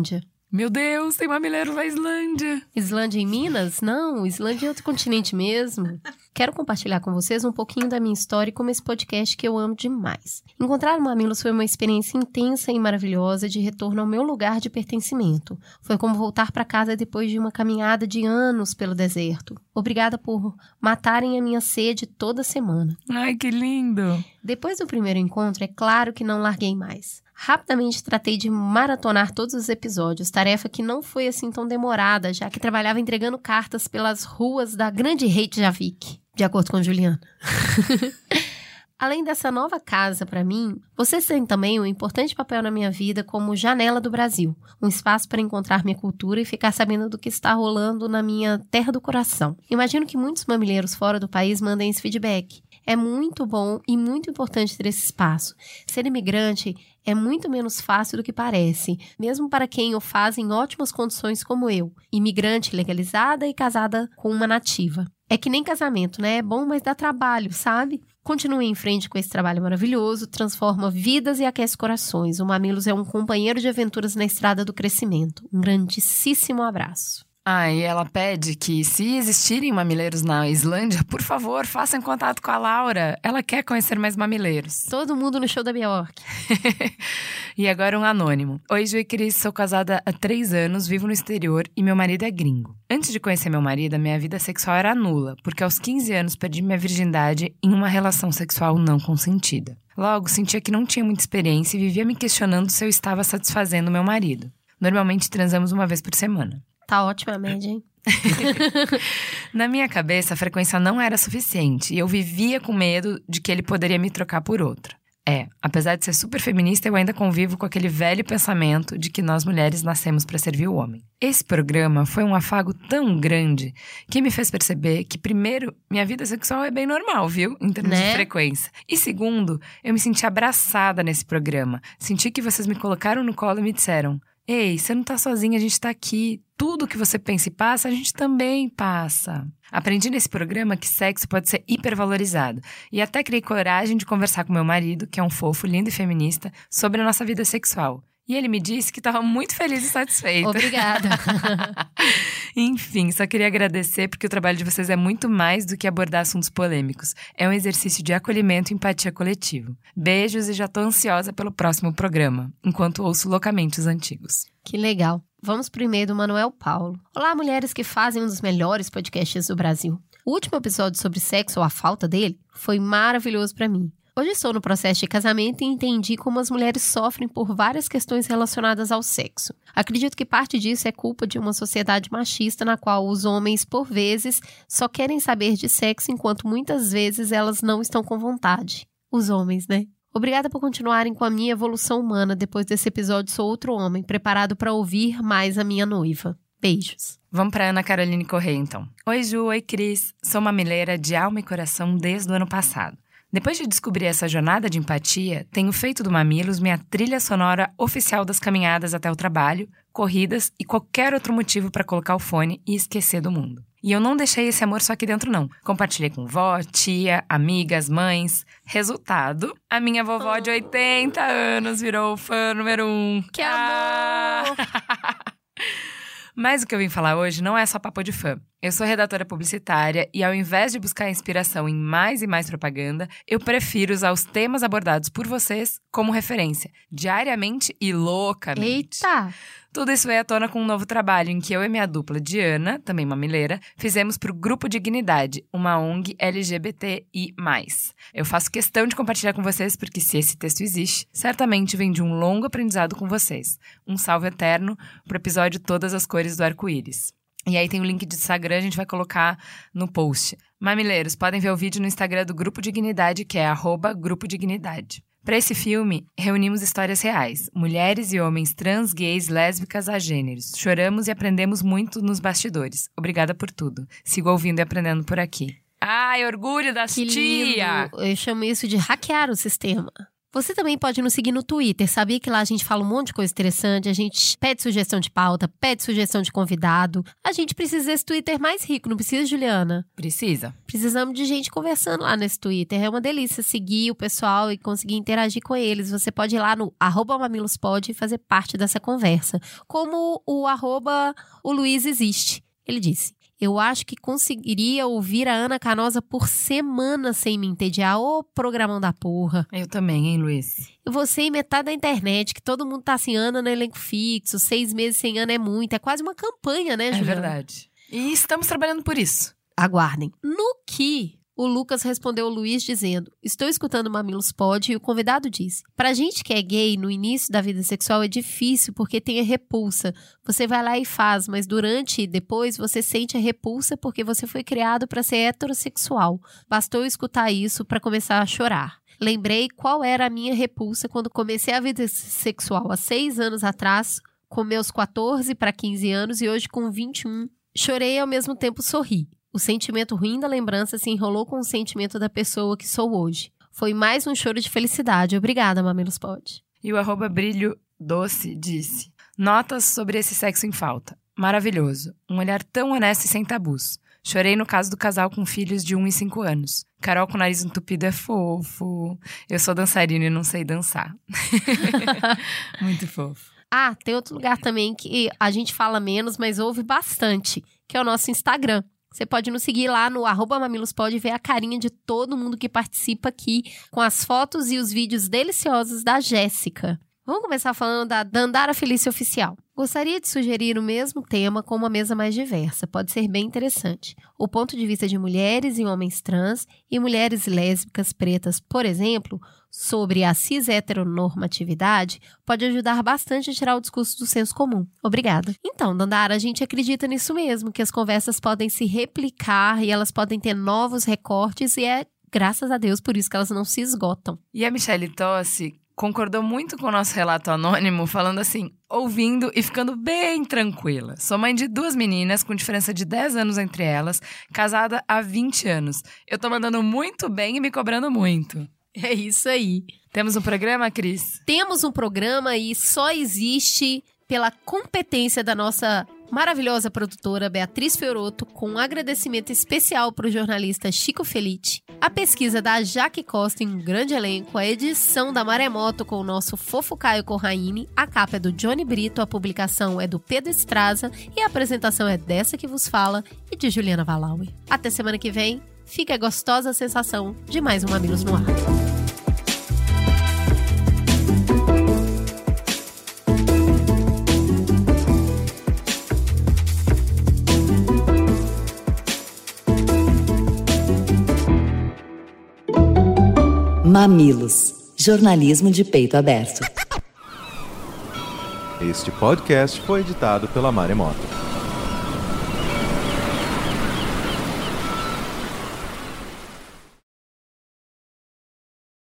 Meu Deus, tem mamileiro na Islândia. Islândia em Minas? Não, Islândia é outro continente mesmo. Quero compartilhar com vocês um pouquinho da minha história e como esse podcast que eu amo demais. Encontrar o Mamilos foi uma experiência intensa e maravilhosa de retorno ao meu lugar de pertencimento. Foi como voltar para casa depois de uma caminhada de anos pelo deserto. Obrigada por matarem a minha sede toda semana. Ai, que lindo! Depois do primeiro encontro, é claro que não larguei mais. Rapidamente tratei de maratonar todos os episódios, tarefa que não foi assim tão demorada, já que trabalhava entregando cartas pelas ruas da grande Reykjavik, de acordo com Juliana. Além dessa nova casa para mim, vocês têm também um importante papel na minha vida como janela do Brasil, um espaço para encontrar minha cultura e ficar sabendo do que está rolando na minha terra do coração. Imagino que muitos mamileiros fora do país mandem esse feedback. É muito bom e muito importante ter esse espaço. Ser imigrante é muito menos fácil do que parece, mesmo para quem o faz em ótimas condições como eu, imigrante legalizada e casada com uma nativa. É que nem casamento, né? É bom, mas dá trabalho, sabe? Continue em frente com esse trabalho maravilhoso, transforma vidas e aquece corações. O Mamilos é um companheiro de aventuras na estrada do crescimento. Um grandíssimo abraço. E ela pede que, se existirem mamileiros na Islândia, por favor, façam contato com a Laura. Ela quer conhecer mais mamileiros. Todo mundo no show da Bjork. E agora um anônimo. Oi, Ju e Cris, sou casada há 3 anos, vivo no exterior e meu marido é gringo. Antes de conhecer meu marido, a minha vida sexual era nula, porque aos 15 anos perdi minha virgindade em uma relação sexual não consentida. Logo, sentia que não tinha muita experiência e vivia me questionando se eu estava satisfazendo meu marido. Normalmente transamos uma vez por semana. Tá ótima a média, hein? Na minha cabeça, a frequência não era suficiente e eu vivia com medo de que ele poderia me trocar por outra. Apesar de ser super feminista, eu ainda convivo com aquele velho pensamento de que nós mulheres nascemos para servir o homem. Esse programa foi um afago tão grande que me fez perceber que, primeiro, minha vida sexual é bem normal, viu? Em termos de frequência. E segundo, eu me senti abraçada nesse programa. Senti que vocês me colocaram no colo e me disseram: ei, você não tá sozinha, a gente tá aqui. Tudo que você pensa e passa, a gente também passa. Aprendi nesse programa que sexo pode ser hipervalorizado. E até criei coragem de conversar com meu marido, que é um fofo, lindo e feminista, sobre a nossa vida sexual. E ele me disse que estava muito feliz e satisfeito. Obrigada. Enfim, só queria agradecer porque o trabalho de vocês é muito mais do que abordar assuntos polêmicos. É um exercício de acolhimento e empatia coletivo. Beijos e já tô ansiosa pelo próximo programa, enquanto ouço loucamente os antigos. Que legal. Vamos primeiro do Manuel Paulo. Olá, mulheres que fazem um dos melhores podcasts do Brasil. O último episódio sobre sexo, ou a falta dele, foi maravilhoso para mim. Hoje estou no processo de casamento e entendi como as mulheres sofrem por várias questões relacionadas ao sexo. Acredito que parte disso é culpa de uma sociedade machista na qual os homens, por vezes, só querem saber de sexo enquanto muitas vezes elas não estão com vontade. Os homens, né? Obrigada por continuarem com a minha evolução humana. Depois desse episódio, sou outro homem, preparado para ouvir mais a minha noiva. Beijos. Vamos para Ana Caroline Correia, então. Oi, Ju. Oi, Cris. Sou mamileira de alma e coração desde o ano passado. Depois de descobrir essa jornada de empatia, tenho feito do Mamilos minha trilha sonora oficial das caminhadas até o trabalho, corridas e qualquer outro motivo para colocar o fone e esquecer do mundo. E eu não deixei esse amor só aqui dentro, não. Compartilhei com vó, tia, amigas, mães. Resultado, a minha vovó de 80 anos virou fã número 1. Que amor! Mas o que eu vim falar hoje não é só papo de fã. Eu sou redatora publicitária e ao invés de buscar inspiração em mais e mais propaganda, eu prefiro usar os temas abordados por vocês como referência, diariamente e loucamente. Eita! Tudo isso veio à tona com um novo trabalho em que eu e minha dupla Diana, também mamileira, fizemos para o Grupo Dignidade, uma ONG LGBTI+. Eu faço questão de compartilhar com vocês porque se esse texto existe, certamente vem de um longo aprendizado com vocês. Um salve eterno pro episódio Todas as Cores do Arco-Íris. E aí tem o link de Instagram, a gente vai colocar no post. Mamileiros, podem ver o vídeo no Instagram do Grupo Dignidade, que é @Grupo Dignidade. Para esse filme, reunimos histórias reais. Mulheres e homens trans, gays, lésbicas, agêneros. Choramos e aprendemos muito nos bastidores. Obrigada por tudo. Sigo ouvindo e aprendendo por aqui. Ai, orgulho das tia! Eu chamo isso de hackear o sistema. Você também pode nos seguir no Twitter. Sabia que lá a gente fala um monte de coisa interessante, a gente pede sugestão de pauta, pede sugestão de convidado. A gente precisa desse Twitter mais rico, não precisa, Juliana? Precisa. Precisamos de gente conversando lá nesse Twitter. É uma delícia seguir o pessoal e conseguir interagir com eles. Você pode ir lá no @mamilospod e fazer parte dessa conversa. Como o Luiz existe. Ele disse: eu acho que conseguiria ouvir a Ana Canosa por semana sem me entediar. Ô, programão da porra. Eu também, hein, Luiz? Você e metade da internet, que todo mundo tá assim, Ana no elenco fixo, 6 meses sem Ana é muito. É quase uma campanha, né, Juliana? É verdade. E estamos trabalhando por isso. Aguardem. No que o Lucas respondeu ao Luiz dizendo: estou escutando o Mamilos Pod, e o convidado disse: pra gente que é gay, no início da vida sexual é difícil porque tem a repulsa. Você vai lá e faz, mas durante e depois você sente a repulsa porque você foi criado pra ser heterossexual. Bastou eu escutar isso pra começar a chorar. Lembrei qual era a minha repulsa quando comecei a vida sexual há 6 anos atrás, com meus 14 para 15 anos e hoje com 21. Chorei e ao mesmo tempo sorri. O sentimento ruim da lembrança se enrolou com o sentimento da pessoa que sou hoje. Foi mais um choro de felicidade. Obrigada, Mamilos Pod. E o @brilho doce disse: notas sobre esse sexo em falta. Maravilhoso. Um olhar tão honesto e sem tabus. Chorei no caso do casal com filhos de 1 e 5 anos. Carol com o nariz entupido é fofo. Eu sou dançarina e não sei dançar. Muito fofo. Ah, tem outro lugar também que a gente fala menos, mas ouve bastante, que é o nosso Instagram. Você pode nos seguir lá no @mamilospod e ver a carinha de todo mundo que participa aqui, com as fotos e os vídeos deliciosos da Jéssica. Vamos começar falando da Dandara Felícia Oficial. Gostaria de sugerir o mesmo tema com uma mesa mais diversa. Pode ser bem interessante. O ponto de vista de mulheres e homens trans e mulheres lésbicas pretas, por exemplo, sobre a cis-heteronormatividade, pode ajudar bastante a tirar o discurso do senso comum. Obrigada. Então, Dandara, a gente acredita nisso mesmo, que as conversas podem se replicar e elas podem ter novos recortes e é, graças a Deus, por isso que elas não se esgotam. E a Michelle Tossi concordou muito com o nosso relato anônimo, falando assim, ouvindo e ficando bem tranquila. Sou mãe de 2 meninas, com diferença de 10 anos entre elas, casada há 20 anos. Eu tô mandando muito bem e me cobrando muito. É isso aí. Temos um programa, Cris? Temos um programa e só existe pela competência da nossa maravilhosa produtora Beatriz Fiorotto, com um agradecimento especial para o jornalista Chico Felitti, a pesquisa da Jaque Costa em um grande elenco, a edição da Maremoto com o nosso fofo Caio Corraine, a capa é do Johnny Brito, a publicação é do Pedro Estraza e a apresentação é dessa que vos fala e de Juliana Valaui. Até semana que vem, fica a gostosa sensação de mais um Mamilos no Ar. Mamilos, jornalismo de peito aberto. Este podcast foi editado pela Maremoto.